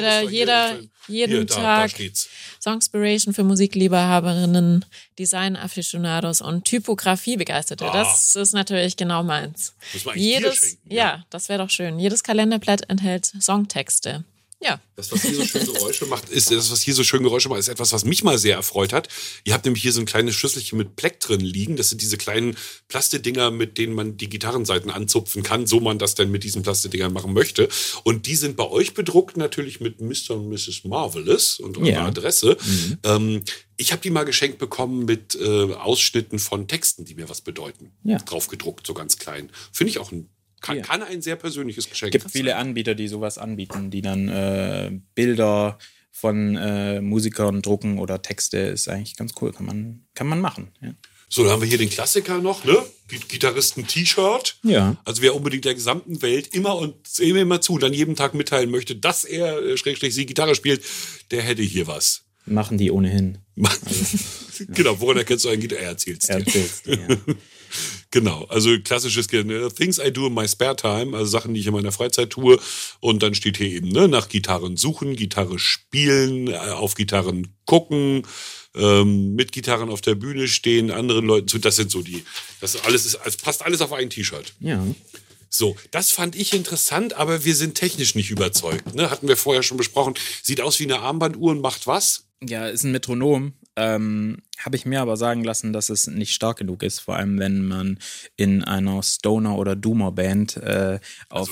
jeden da Tag steht's. Songspiration für Musikliebhaberinnen, Design-Afficionados und Typografie-Begeisterte. Das ist natürlich genau meins. Muss man eigentlich dir schenken. Ja, das wäre doch schön. Jedes Kalenderblatt enthält Songtexte. Ja. Das, was hier so schön Geräusche macht, ist etwas, was mich mal sehr erfreut hat. Ihr habt nämlich hier so ein kleines Schüsselchen mit Pleck drin liegen. Das sind diese kleinen Plastedinger, mit denen man die Gitarrenseiten anzupfen kann, so man das denn mit diesen Plastedingern machen möchte. Und die sind bei euch bedruckt natürlich mit Mr. und Mrs. Marvelous und eurer Adresse. Ich habe die mal geschenkt bekommen mit Ausschnitten von Texten, die mir was bedeuten. Ja. Drauf gedruckt, so ganz klein. Finde ich auch kann ein sehr persönliches Geschenk sein. Es gibt viele Anbieter, die sowas anbieten, die dann Bilder von Musikern drucken oder Texte. Ist eigentlich ganz cool, kann man machen. Ja. So, dann haben wir hier den Klassiker noch, ne? Gitarristen-T-Shirt. Ja. Also wer unbedingt der gesamten Welt immer dann jeden Tag mitteilen möchte, dass er sie Gitarre spielt, der hätte hier was. Machen die ohnehin. Also. Genau, woran erkennst du einen Gitarre? Er erzähl's dir. Ja. Genau, also klassisches Things I do in my spare time, also Sachen, die ich in meiner Freizeit tue. Und dann steht hier eben nach Gitarren suchen, Gitarre spielen, auf Gitarren gucken, mit Gitarren auf der Bühne stehen, anderen Leuten zu. Das sind so passt alles auf ein T-Shirt. Ja. So, das fand ich interessant, aber wir sind technisch nicht überzeugt. Ne? Hatten wir vorher schon besprochen. Sieht aus wie eine Armbanduhr und macht was? Ja, ist ein Metronom. Habe ich mir aber sagen lassen, dass es nicht stark genug ist, vor allem wenn man in einer Stoner- oder Doomer-Band auf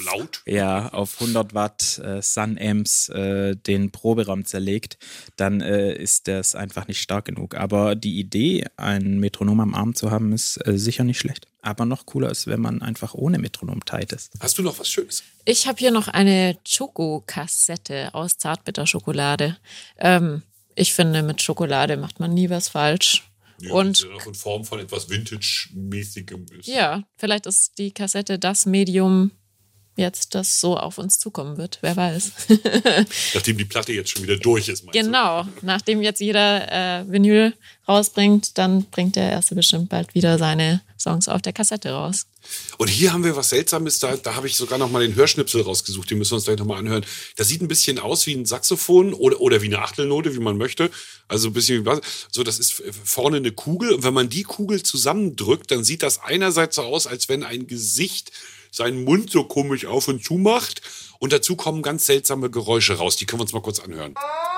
100 Watt Sun-Amps den Proberaum zerlegt, dann ist das einfach nicht stark genug. Aber die Idee, ein Metronom am Arm zu haben, ist sicher nicht schlecht. Aber noch cooler ist, wenn man einfach ohne Metronom tight ist. Hast du noch was Schönes? Ich habe hier noch eine Choco-Kassette aus Zartbitterschokolade. Ich finde, mit Schokolade macht man nie was falsch. Ja, und ja noch in Form von etwas Vintage-mäßigem ist. Ja, vielleicht ist die Kassette das Medium jetzt, das so auf uns zukommen wird. Wer weiß. Nachdem die Platte jetzt schon wieder durch ist, meinst du? Nachdem jetzt jeder Vinyl rausbringt, dann bringt der Erste bestimmt bald wieder seine Songs auf der Kassette raus. Und hier haben wir was Seltsames, da habe ich sogar noch mal den Hörschnipsel rausgesucht, den müssen wir uns gleich noch mal anhören. Das sieht ein bisschen aus wie ein Saxophon oder wie eine Achtelnote, wie man möchte. Also ein bisschen wie so, das ist vorne eine Kugel und wenn man die Kugel zusammendrückt, dann sieht das einerseits so aus, als wenn ein Gesicht seinen Mund so komisch auf und zu macht und dazu kommen ganz seltsame Geräusche raus. Die können wir uns mal kurz anhören.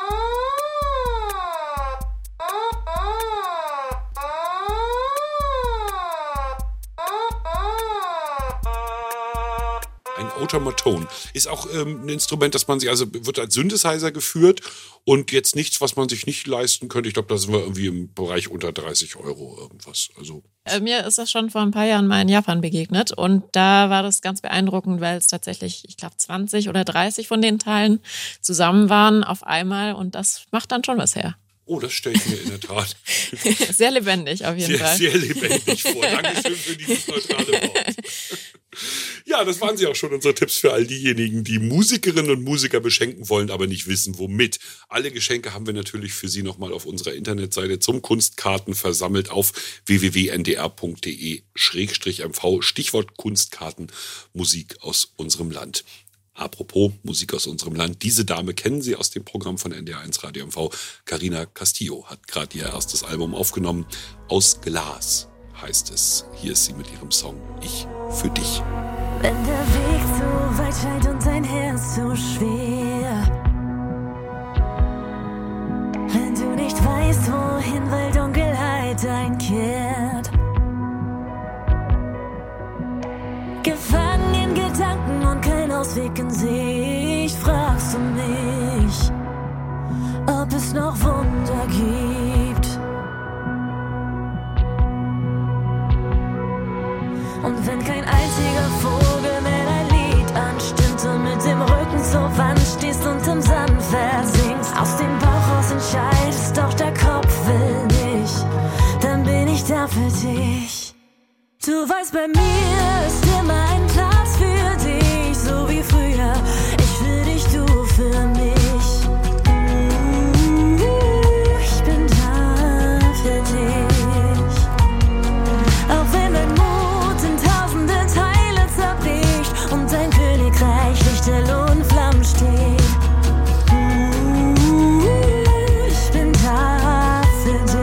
Ein Automaton. Ist auch ein Instrument, das man sich, also wird als Synthesizer geführt und jetzt nichts, was man sich nicht leisten könnte. Ich glaube, da sind wir irgendwie im Bereich unter 30 € irgendwas. Also mir ist das schon vor ein paar Jahren mal in Japan begegnet und da war das ganz beeindruckend, weil es tatsächlich, ich glaube, 20 oder 30 von den Teilen zusammen waren auf einmal und das macht dann schon was her. Oh, das stelle ich mir in der Tat sehr lebendig auf jeden Fall. Sehr lebendig vor. Dankeschön für dieses neutrale Wort. Ja, das waren sie auch schon, unsere Tipps für all diejenigen, die Musikerinnen und Musiker beschenken wollen, aber nicht wissen, womit. Alle Geschenke haben wir natürlich für Sie nochmal auf unserer Internetseite zum Kunstkarten versammelt auf www.ndr.de/mv. Stichwort Kunstkarten, Musik aus unserem Land. Apropos Musik aus unserem Land, diese Dame kennen Sie aus dem Programm von NDR1 Radio MV. Carina Castillo hat gerade ihr erstes Album aufgenommen. Aus Glas heißt es. Hier ist sie mit ihrem Song Ich für dich. Wenn der Weg so weit scheint und dein Herz so schwer, wenn du nicht weißt, wohin, weil Dunkelheit einkehrt, gefangen in Gedanken und kein Ausweg in Sicht, fragst du mich, ob es noch Wunder gibt. Und wenn kein einziger Vogel mehr dein Lied anstimmt und mit dem Rücken zur Wand stehst und im Sand versinkst, aus dem Bauch raus entscheidest, doch der Kopf will nicht, dann bin ich da für dich. Du weißt, bei mir ist immer ein Platz für dich, so wie früher. Ich für dich, du für mich. Ich bin da für dich. Auch wenn dein Mut in tausende Teile zerbricht und dein Königreich lichterloh in Flammen steht. Ich bin da für dich.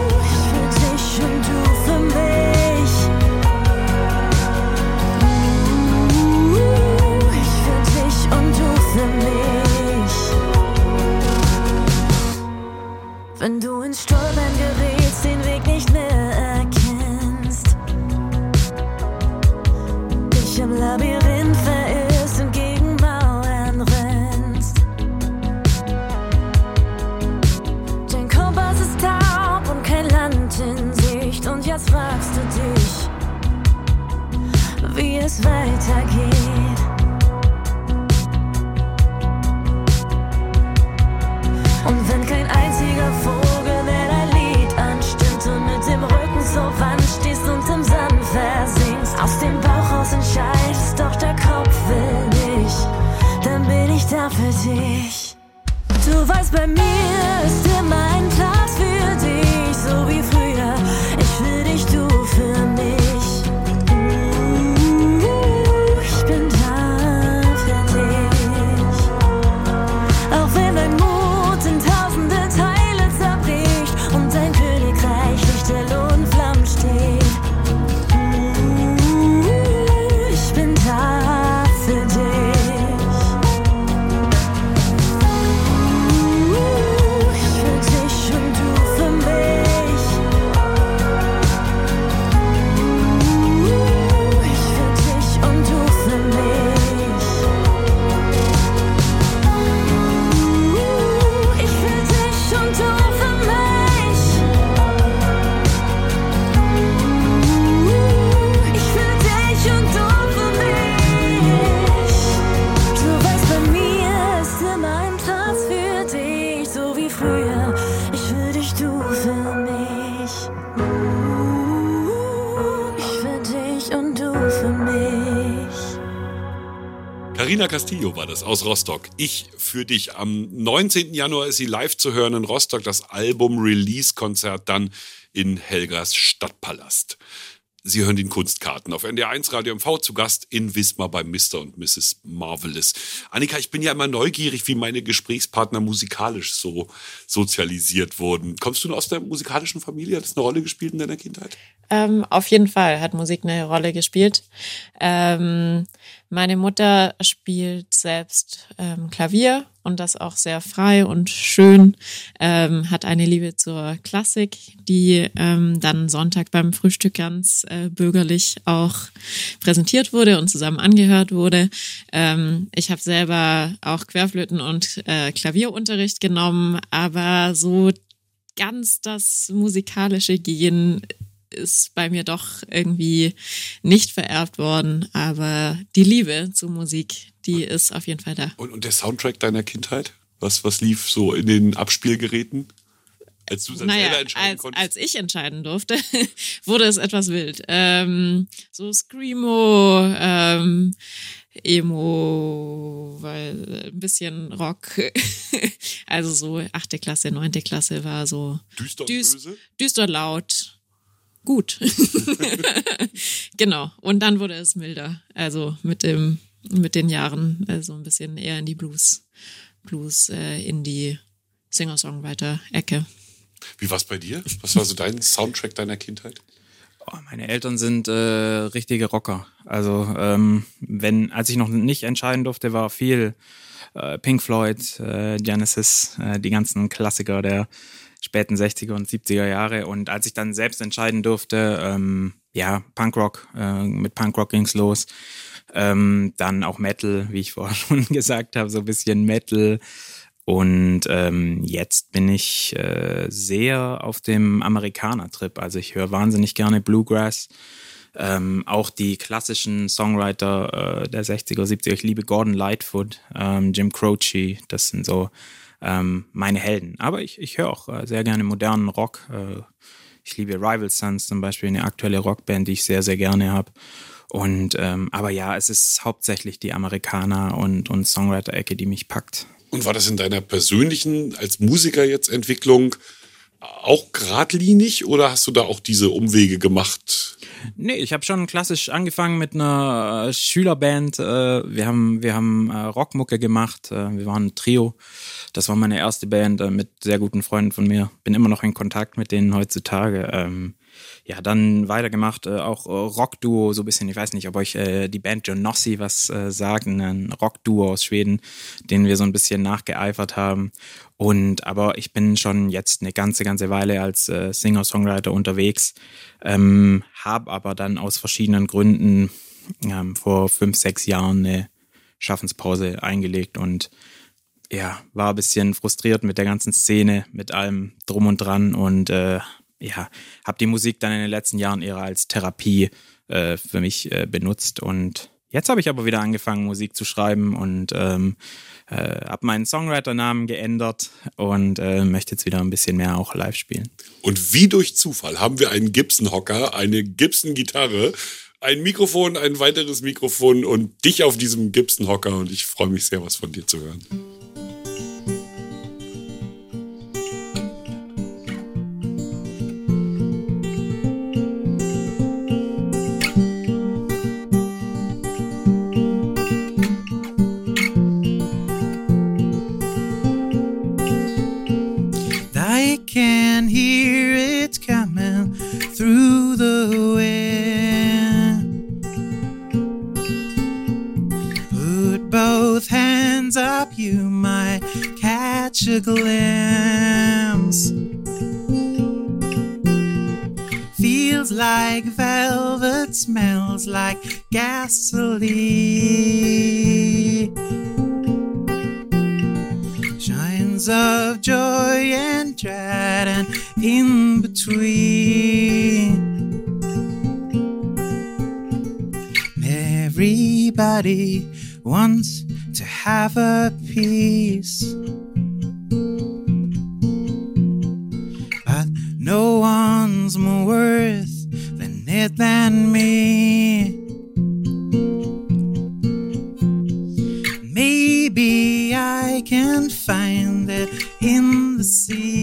Ich für dich und du für mich. Wenn du ins Stolpern gerätst, den Weg nicht mehr erkennst, dich im Labyrinth verirrst und gegen Mauern rennst. Dein Kompass ist taub und kein Land in Sicht, und jetzt fragst du dich, wie es weitergeht. Und wenn kein einziger Vogel mehr dein Lied anstimmt und mit dem Rücken zur Wand stehst und im Sand versinkst, aus dem Bauch raus entscheidest, doch der Kopf will nicht, dann bin ich da für dich. Du weißt, bei mir ist immer ein Platz für dich, so wie früher. Ich für dich, du für mich. Ich bin da für dich. Auch wenn dein Mut in tausende Teile zerbricht und dein Königreich lichterloh in Flammen steht. Ich bin da für dich. Ich für dich und du für mich. Ich für dich und du für mich. Ich für dich und du für mich. Ich für dich und du für mich. Du weißt, bei mir ist immer ein Platz für dich, so wie früher. Ich für dich, du für mich. Ich für dich und du für mich. Carina Castillo war das aus Rostock. Ich für dich. Am 19. Januar ist sie live zu hören in Rostock. Das Album-Release-Konzert dann in Helgas Stadtpalast. Sie hören den Kunstkarten auf NDR 1 Radio MV, zu Gast in Wismar bei Mr. und Mrs. Marvelous. Annika, ich bin ja immer neugierig, wie meine Gesprächspartner musikalisch so sozialisiert wurden. Kommst du nur aus der musikalischen Familie? Hat das eine Rolle gespielt in deiner Kindheit? Auf jeden Fall hat Musik eine Rolle gespielt. Meine Mutter spielt selbst Klavier und das auch sehr frei und schön, hat eine Liebe zur Klassik, die dann Sonntag beim Frühstück ganz bürgerlich auch präsentiert wurde und zusammen angehört wurde. Ich habe selber auch Querflöten- und Klavierunterricht genommen, aber so ganz das musikalische Gen ist bei mir doch irgendwie nicht vererbt worden, aber die Liebe zur Musik, die ist auf jeden Fall da. Und der Soundtrack deiner Kindheit? Was lief so in den Abspielgeräten, als du dann selber entscheiden konntest? Als ich entscheiden durfte, wurde es etwas wild. So Screamo, Emo, weil ein bisschen Rock. Also so 8. Klasse, 9. Klasse war so düster und böse? Düster laut. Gut. Genau. Und dann wurde es milder. Also mit den Jahren so ein bisschen eher in die Blues, in die Singer-Songwriter-Ecke. Wie war es bei dir? Was war so dein Soundtrack deiner Kindheit? Oh, meine Eltern sind richtige Rocker. Also als ich noch nicht entscheiden durfte, war viel Pink Floyd, Genesis, die ganzen Klassiker der späten 60er und 70er Jahre. Und als ich dann selbst entscheiden durfte, Punkrock, mit Punkrock ging's los. Dann auch Metal, wie ich vorher schon gesagt habe, so ein bisschen Metal. Und jetzt bin ich sehr auf dem Amerikaner-Trip. Also ich höre wahnsinnig gerne Bluegrass. Auch die klassischen Songwriter der 60er, 70er. Ich liebe Gordon Lightfoot, Jim Croce. Das sind so meine Helden. Aber ich höre auch sehr gerne modernen Rock. Ich liebe Rival Sons zum Beispiel, eine aktuelle Rockband, die ich sehr, sehr gerne habe. Und aber ja, es ist hauptsächlich die Amerikaner und Songwriter-Ecke, die mich packt. Und war das in deiner persönlichen, als Musiker jetzt Entwicklung auch geradlinig oder hast du da auch diese Umwege gemacht? Nee, ich habe schon klassisch angefangen mit einer Schülerband. Wir haben Rockmucke gemacht. Wir waren ein Trio. Das war meine erste Band mit sehr guten Freunden von mir. Bin immer noch in Kontakt mit denen heutzutage. dann weitergemacht, auch Rockduo, so ein bisschen, ich weiß nicht, ob euch die Band Johnossi was sagt, ein Rockduo aus Schweden, denen wir so ein bisschen nachgeeifert haben. Aber ich bin schon jetzt eine ganze Weile als Singer-Songwriter unterwegs, habe aber dann aus verschiedenen Gründen vor 5-6 Jahren eine Schaffenspause eingelegt und war ein bisschen frustriert mit der ganzen Szene, mit allem drum und dran und habe die Musik dann in den letzten Jahren eher als Therapie für mich benutzt. Und jetzt habe ich aber wieder angefangen, Musik zu schreiben und habe meinen Songwriter-Namen geändert und möchte jetzt wieder ein bisschen mehr auch live spielen. Und wie durch Zufall haben wir einen Gibson-Hocker, eine Gibson-Gitarre, ein Mikrofon, ein weiteres Mikrofon und dich auf diesem Gibson-Hocker. Und ich freue mich sehr, was von dir zu hören. I can hear it coming through the wind. Put both hands up, you might catch a glimpse. Feels like velvet, smells like gasoline. Shines of joy and dread and in between. Everybody wants to have a piece, but no one's more worth than it than me. Maybe I can find it in the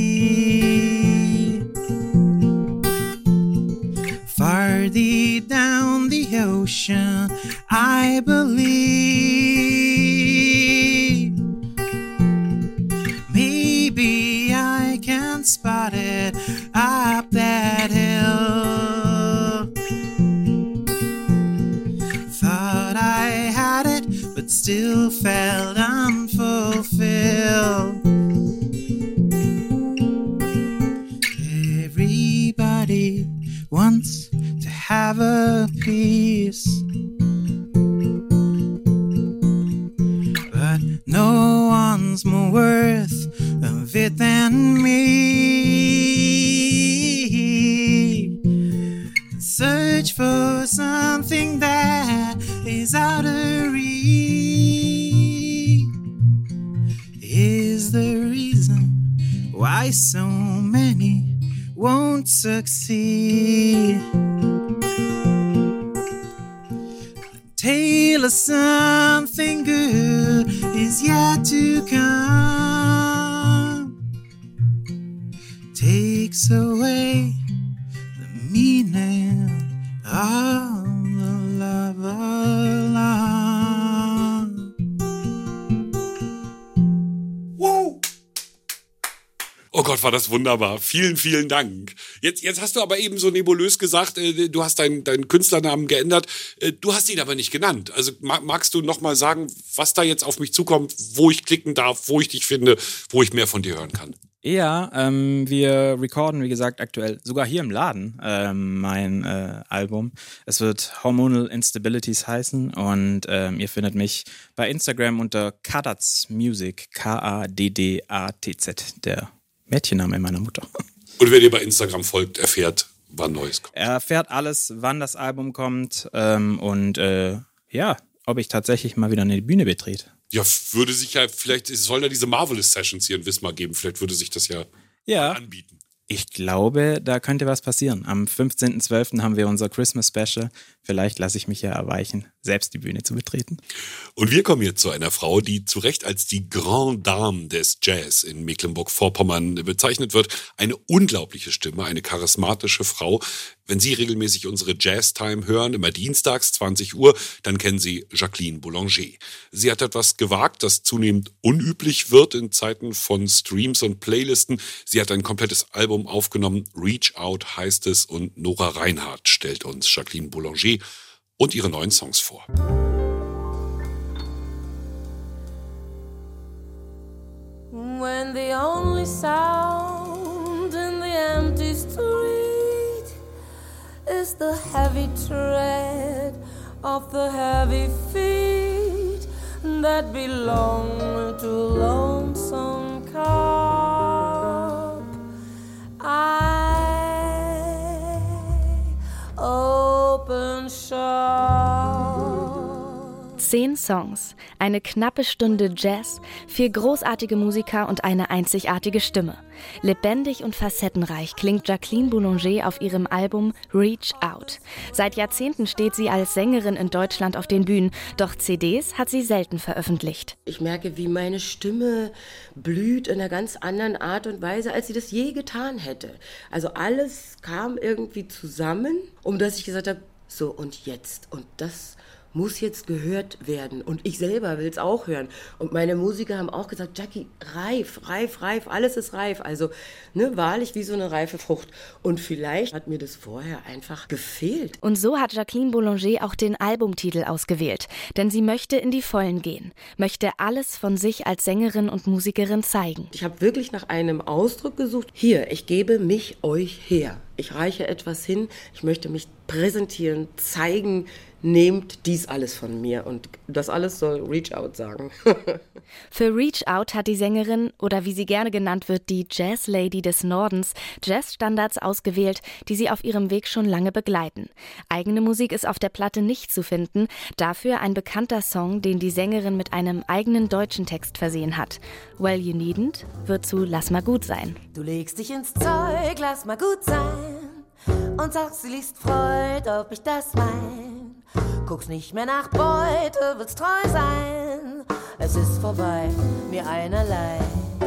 sea, far deep down the ocean, I believe. Maybe I can spot it up that hill. Thought I had it, but still felt unfulfilled. Everybody wants to have a piece, but no one's more worth of it than me. Search for something that is out of reach is the reason why so many won't succeed. The tale of something good is yet to come. Takes away the meaning of the love alone. Wow! Oh Gott, war das wunderbar. Vielen, vielen Dank. Jetzt hast du aber eben so nebulös gesagt, du hast deinen Künstlernamen geändert. Du hast ihn aber nicht genannt. Also magst du noch mal sagen, was da jetzt auf mich zukommt, wo ich klicken darf, wo ich dich finde, wo ich mehr von dir hören kann? Ja, wir recorden, wie gesagt, aktuell sogar hier im Laden mein Album. Es wird Hormonal Instabilities heißen und ihr findet mich bei Instagram unter Kaddatz Music, K-A-D-D-A-T-Z, der Mädchenname meiner Mutter. Und wer dir bei Instagram folgt, erfährt, wann Neues kommt. Er erfährt alles, wann das Album kommt und ob ich tatsächlich mal wieder eine Bühne betrete. Ja, würde sich ja, vielleicht sollen ja diese Marvelous Sessions hier in Wismar geben. Vielleicht würde sich das ja anbieten. Ich glaube, da könnte was passieren. Am 15.12. haben wir unser Christmas Special. Vielleicht lasse ich mich ja erweichen. selbst die Bühne zu betreten. Und wir kommen jetzt zu einer Frau, die zu Recht als die Grande Dame des Jazz in Mecklenburg-Vorpommern bezeichnet wird. Eine unglaubliche Stimme, eine charismatische Frau. Wenn Sie regelmäßig unsere Jazz-Time hören, immer dienstags 20 Uhr, dann kennen Sie Jacqueline Boulanger. Sie hat etwas gewagt, das zunehmend unüblich wird in Zeiten von Streams und Playlisten. Sie hat ein komplettes Album aufgenommen, Reach Out heißt es, und Nora Reinhardt stellt uns Jacqueline Boulanger und ihre neuen Songs vor. When the only sound in the empty street is the heavy tread of the heavy feet that belong to a lonesome cop, I open shop. 10 Songs, eine knappe Stunde Jazz, 4 großartige Musiker und eine einzigartige Stimme. Lebendig und facettenreich klingt Jacqueline Boulanger auf ihrem Album Reach Out. Seit Jahrzehnten steht sie als Sängerin in Deutschland auf den Bühnen, doch CDs hat sie selten veröffentlicht. Ich merke, wie meine Stimme blüht in einer ganz anderen Art und Weise, als sie das je getan hätte. Also alles kam irgendwie zusammen, um dass ich gesagt habe, so und jetzt und das muss jetzt gehört werden und ich selber will es auch hören. Und meine Musiker haben auch gesagt, Jackie, reif, alles ist reif. Also wahrlich wie so eine reife Frucht. Und vielleicht hat mir das vorher einfach gefehlt. Und so hat Jacqueline Boulanger auch den Albumtitel ausgewählt. Denn sie möchte in die Vollen gehen, möchte alles von sich als Sängerin und Musikerin zeigen. Ich habe wirklich nach einem Ausdruck gesucht. Hier, ich gebe mich euch her. Ich reiche etwas hin, ich möchte mich präsentieren, zeigen, nehmt dies alles von mir. Und das alles soll Reach Out sagen. Für Reach Out hat die Sängerin, oder wie sie gerne genannt wird, die Jazz Lady des Nordens, Jazzstandards ausgewählt, die sie auf ihrem Weg schon lange begleiten. Eigene Musik ist auf der Platte nicht zu finden, dafür ein bekannter Song, den die Sängerin mit einem eigenen deutschen Text versehen hat. Well You Needn't wird zu Lass mal gut sein. Du legst dich ins Zeug, lass mal gut sein und sagst, sie liest Freud, ob ich das mein. Guckst nicht mehr nach Beute, willst treu sein. Es ist vorbei, mir einerlei.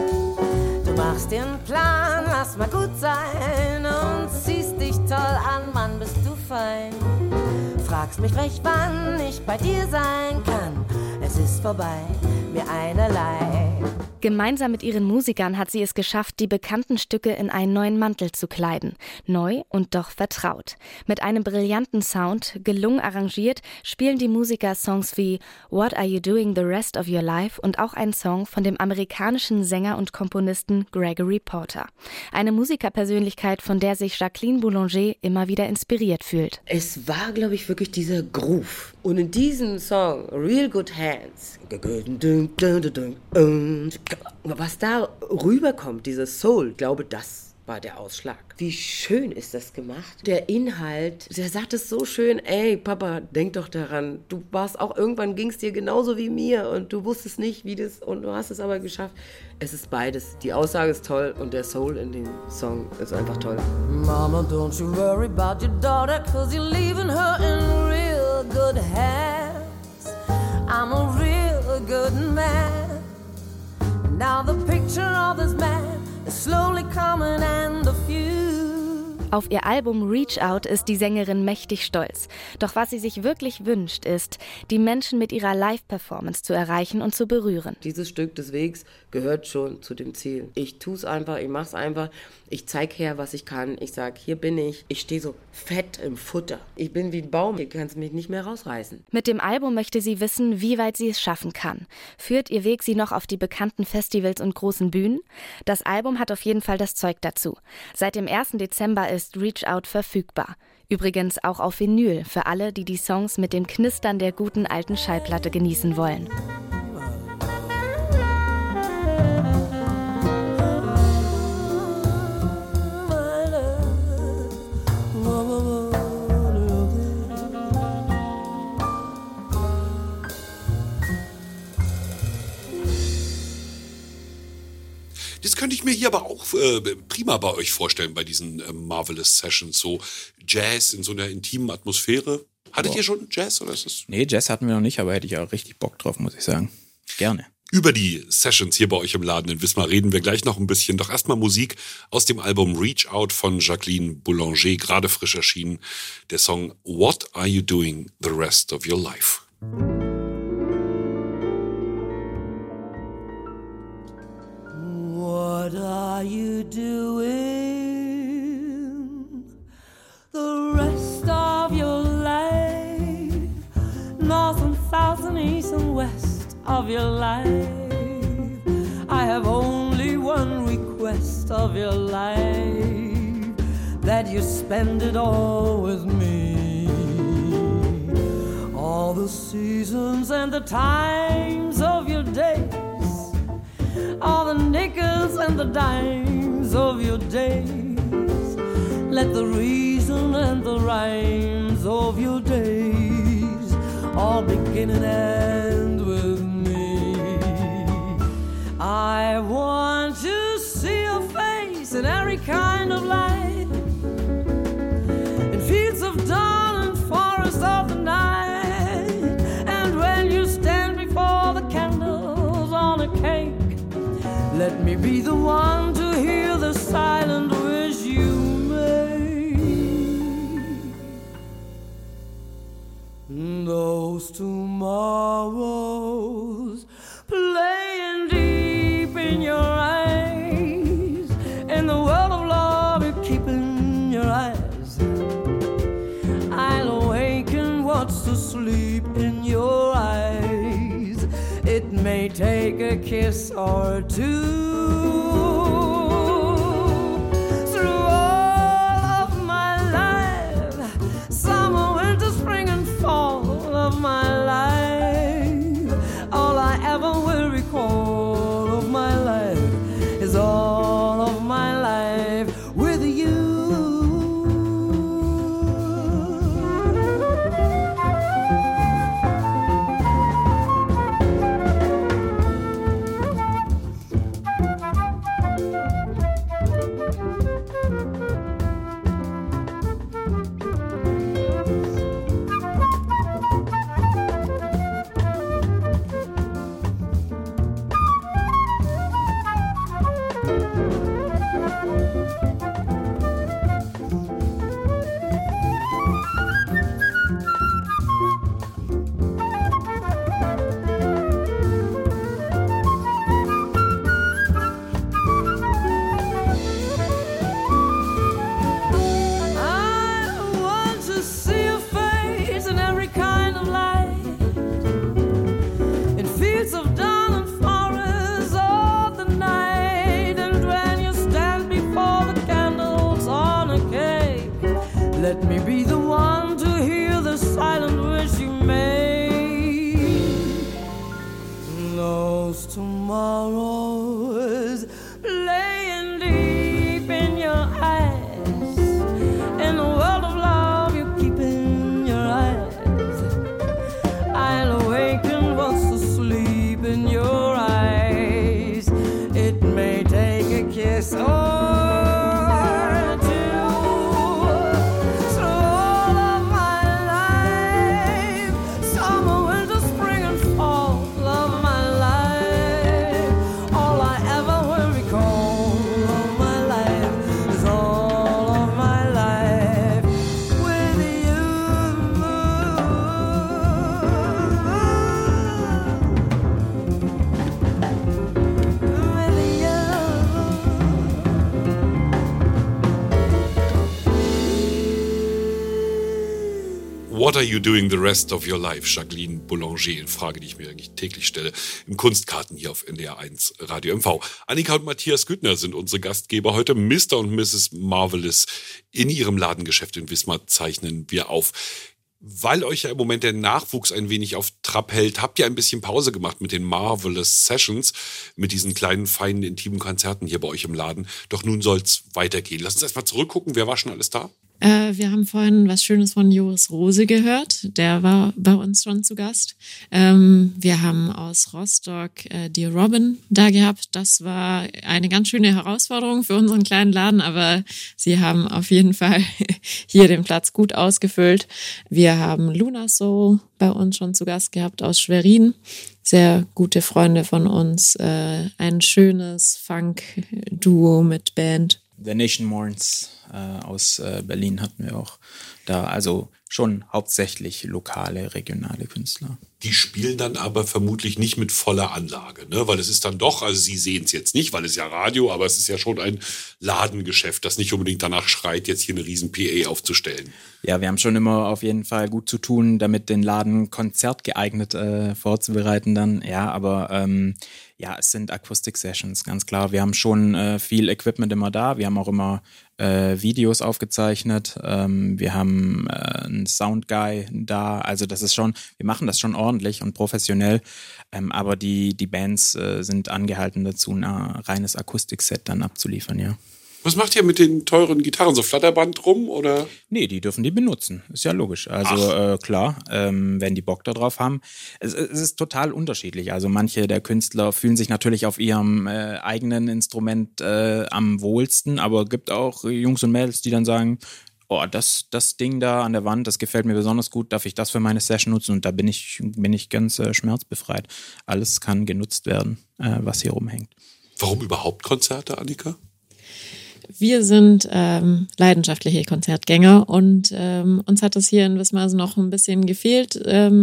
Du machst dir einen Plan, lass mal gut sein und ziehst dich toll an, Mann, bist du fein. Fragst mich recht, wann ich bei dir sein kann. Es ist vorbei, mir einerlei. Gemeinsam mit ihren Musikern hat sie es geschafft, die bekannten Stücke in einen neuen Mantel zu kleiden. Neu und doch vertraut. Mit einem brillanten Sound, gelungen arrangiert, spielen die Musiker Songs wie What Are You Doing the Rest of Your Life und auch einen Song von dem amerikanischen Sänger und Komponisten Gregory Porter. Eine Musikerpersönlichkeit, von der sich Jacqueline Boulanger immer wieder inspiriert fühlt. Es war, glaube ich, wirklich dieser Groove. Und in diesem Song, Real Good Hands, was da rüberkommt, dieses Soul, ich glaube, das war der Ausschlag. Wie schön ist das gemacht. Der Inhalt, der sagt es so schön, ey Papa, denk doch daran, du warst auch, irgendwann ging es dir genauso wie mir und du wusstest nicht, wie das, und du hast es aber geschafft. Es ist beides. Die Aussage ist toll und der Soul in dem Song ist einfach toll. Mama, don't you worry about your daughter, cause you're leaving her in real good hands. I'm a real good man. Now the picture of this man is slowly coming and a few. Auf ihr Album Reach Out ist die Sängerin mächtig stolz. Doch was sie sich wirklich wünscht, ist, die Menschen mit ihrer Live-Performance zu erreichen und zu berühren. Dieses Stück des Wegs gehört schon zu dem Ziel. Ich tue es einfach, ich mache es einfach. Ich zeige her, was ich kann. Ich sage, hier bin ich. Ich stehe so fett im Futter. Ich bin wie ein Baum, hier kannst du mich nicht mehr rausreißen. Mit dem Album möchte sie wissen, wie weit sie es schaffen kann. Führt ihr Weg sie noch auf die bekannten Festivals und großen Bühnen? Das Album hat auf jeden Fall das Zeug dazu. Seit dem 1. Dezember ist Reach Out verfügbar. Übrigens auch auf Vinyl für alle, die die Songs mit dem Knistern der guten alten Schallplatte genießen wollen. Das könnte ich mir hier aber auch prima bei euch vorstellen, bei diesen Marvelous Sessions. So Jazz in so einer intimen Atmosphäre. Hattet ihr schon Jazz oder ist es? Nee, Jazz hatten wir noch nicht, aber hätte ich auch richtig Bock drauf, muss ich sagen. Gerne. Über die Sessions hier bei euch im Laden in Wismar reden wir gleich noch ein bisschen. Doch erstmal Musik aus dem Album Reach Out von Jacqueline Boulanger, gerade frisch erschienen. Der Song What Are You Doing the Rest of Your Life? What are you doing the rest of your life? North and south and east and west of your life. I have only one request of your life, that you spend it all with me. All the seasons and the times of your days, all the nickels and the dimes of your days. Let the reason and the rhymes of your days all begin and end with me. I want to see your face in every kind of light, in fields of dawn and forests of the night. And when you stand before the candles on a cake, let me be the one to hear the silent wish you make. Those tomorrows playing deep in your eyes, in the world of love you keep in your eyes. I'll awaken what's asleep in your eyes. It may take a kiss or two. Through all of my life, summer, winter, spring and fall of my life, all I ever will recall of my life is all of my life with you. Let me be the one to hear the silent wish you make. Those tomorrows playing deep in your eyes, in the world of love you keep in your eyes. I'll awaken what's asleep in your eyes. It may take a kiss or What are you doing the rest of your life? Jacqueline Boulanger, in Frage, die ich mir eigentlich täglich stelle, im Kunstkarten hier auf NDR 1 Radio MV. Annika und Matthias Güttner sind unsere Gastgeber heute. Mr. und Mrs. Marvelous in ihrem Ladengeschäft in Wismar zeichnen wir auf. Weil euch ja im Moment der Nachwuchs ein wenig auf Trab hält, habt ihr ein bisschen Pause gemacht mit den Marvelous Sessions, mit diesen kleinen, feinen, intimen Konzerten hier bei euch im Laden. Doch nun soll's weitergehen. Lasst uns erstmal zurückgucken. Wer war schon alles da? Wir haben vorhin was Schönes von Joris Rose gehört. Der war bei uns schon zu Gast. Wir haben aus Rostock Dear Robin da gehabt. Das war eine ganz schöne Herausforderung für unseren kleinen Laden, aber sie haben auf jeden Fall hier den Platz gut ausgefüllt. Wir haben Luna Soul bei uns schon zu Gast gehabt aus Schwerin. Sehr gute Freunde von uns. Ein schönes Funk-Duo mit Band. The Nation Mourns aus Berlin hatten wir auch da. Also schon hauptsächlich lokale, regionale Künstler. Die spielen dann aber vermutlich nicht mit voller Anlage, ne? Weil es ist dann doch, also Sie sehen es jetzt nicht, weil es ja Radio, aber es ist ja schon ein Ladengeschäft, das nicht unbedingt danach schreit, jetzt hier eine riesen PA aufzustellen. Ja, wir haben schon immer auf jeden Fall gut zu tun, damit den Laden konzertgeeignet vorzubereiten dann. Ja, aber ja, es sind Akustik-Sessions, ganz klar. Wir haben schon viel Equipment immer da. Wir haben auch immer Videos aufgezeichnet. Wir haben einen Soundguy da. Also das ist schon, wir machen das schon ordentlich und professionell. Aber die Bands sind angehalten dazu, ein reines Akustikset dann abzuliefern, ja. Was macht ihr mit den teuren Gitarren? So Flatterband rum, oder? Nee, die dürfen die benutzen. Ist ja logisch. Also klar, wenn die Bock da drauf haben. Es ist total unterschiedlich. Also manche der Künstler fühlen sich natürlich auf ihrem eigenen Instrument am wohlsten, aber gibt auch Jungs und Mädels, die dann sagen, oh, das Ding da an der Wand, das gefällt mir besonders gut, darf ich das für meine Session nutzen? Und da bin ich ganz schmerzbefreit. Alles kann genutzt werden, was hier rumhängt. Warum überhaupt Konzerte, Annika? Wir sind leidenschaftliche Konzertgänger und uns hat es hier in Wismar noch ein bisschen gefehlt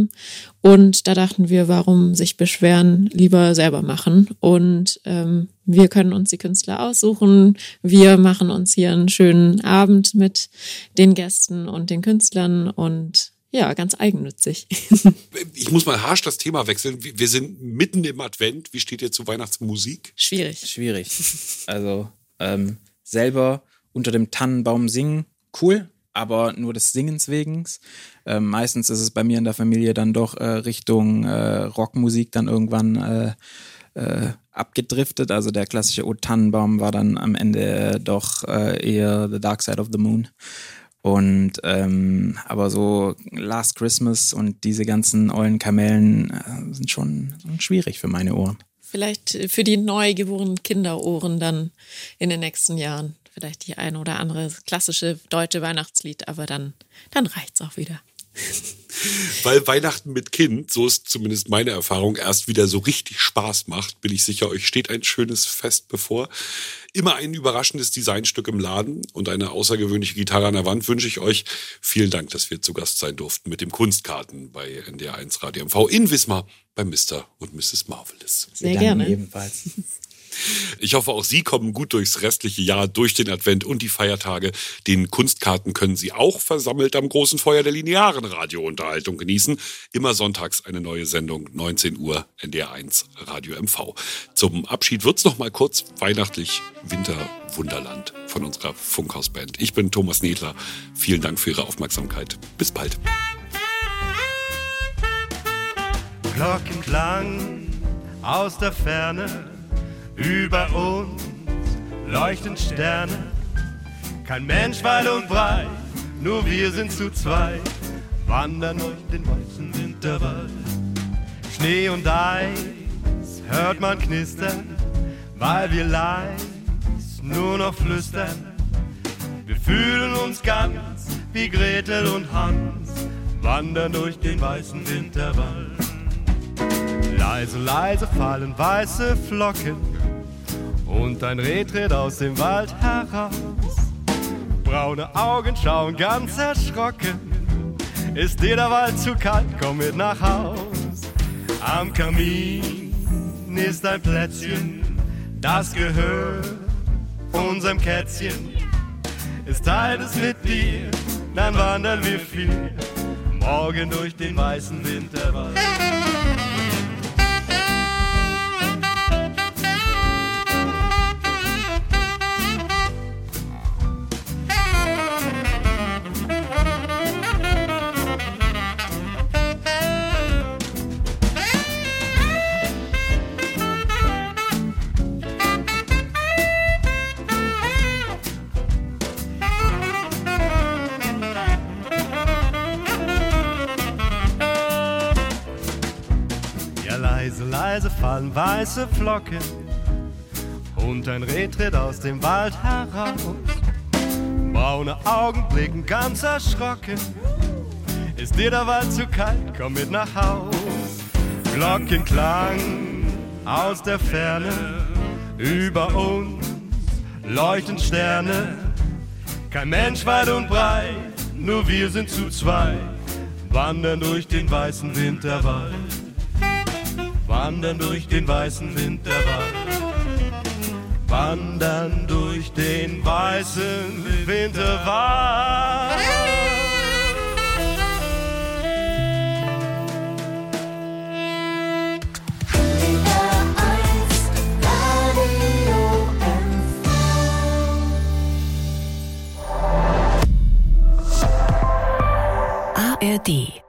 und da dachten wir, warum sich beschweren, lieber selber machen und wir können uns die Künstler aussuchen, wir machen uns hier einen schönen Abend mit den Gästen und den Künstlern und ja, ganz eigennützig. Ich muss mal harsch das Thema wechseln. Wir sind mitten im Advent. Wie steht ihr zu Weihnachtsmusik? Schwierig. Also selber unter dem Tannenbaum singen, cool, aber nur des Singens wegen. Meistens ist es bei mir in der Familie dann doch Richtung Rockmusik dann irgendwann abgedriftet. Also der klassische O Tannenbaum war dann am Ende doch eher The Dark Side of the Moon. Und aber so Last Christmas und diese ganzen ollen Kamellen sind schon schwierig für meine Ohren. Vielleicht für die neu geborenen Kinderohren dann in den nächsten Jahren. Vielleicht die ein oder andere klassische deutsche Weihnachtslied, aber dann reicht's auch wieder. Weil Weihnachten mit Kind, so ist zumindest meine Erfahrung, erst wieder so richtig Spaß macht, bin ich sicher, euch steht ein schönes Fest bevor. Immer ein überraschendes Designstück im Laden und eine außergewöhnliche Gitarre an der Wand wünsche ich euch. Vielen Dank, dass wir zu Gast sein durften mit dem Kunstkarten bei NDR1 Radio MV in Wismar bei Mr. und Mrs. Marvelous. Sehr gerne. Ebenfalls. Ich hoffe, auch Sie kommen gut durchs restliche Jahr, durch den Advent und die Feiertage. Den Kunstkarten können Sie auch versammelt am großen Feuer der linearen Radiounterhaltung genießen. Immer sonntags eine neue Sendung, 19 Uhr, NDR1 Radio MV. Zum Abschied wird's noch mal kurz weihnachtlich Winterwunderland von unserer Funkhausband. Ich bin Thomas Nedler. Vielen Dank für Ihre Aufmerksamkeit. Bis bald. Glockenklang aus der Ferne. Über uns leuchten Sterne, kein Mensch weit und breit, nur wir sind zu zweit, wandern durch den weißen Winterwald. Schnee und Eis hört man knistern, weil wir leis nur noch flüstern. Wir fühlen uns ganz wie Gretel und Hans, wandern durch den weißen Winterwald. Leise, leise fallen weiße Flocken und ein Reh tritt aus dem Wald heraus. Braune Augen schauen ganz erschrocken. Ist dir der Wald zu kalt, komm mit nach Haus. Am Kamin ist ein Plätzchen, das gehört unserem Kätzchen. Es teilt es mit dir, dann wandern wir viel morgen durch den weißen Winterwald. Leise fallen weiße Flocken und ein Reh tritt aus dem Wald heraus. Braune Augen blicken ganz erschrocken. Ist dir der Wald zu kalt? Komm mit nach Haus. Glockenklang aus der Ferne, über uns leuchten Sterne. Kein Mensch weit und breit, nur wir sind zu zweit. Wandern durch den weißen Winterwald. Wandern durch den weißen Winterwald. Wandern durch den weißen Winterwald. ARD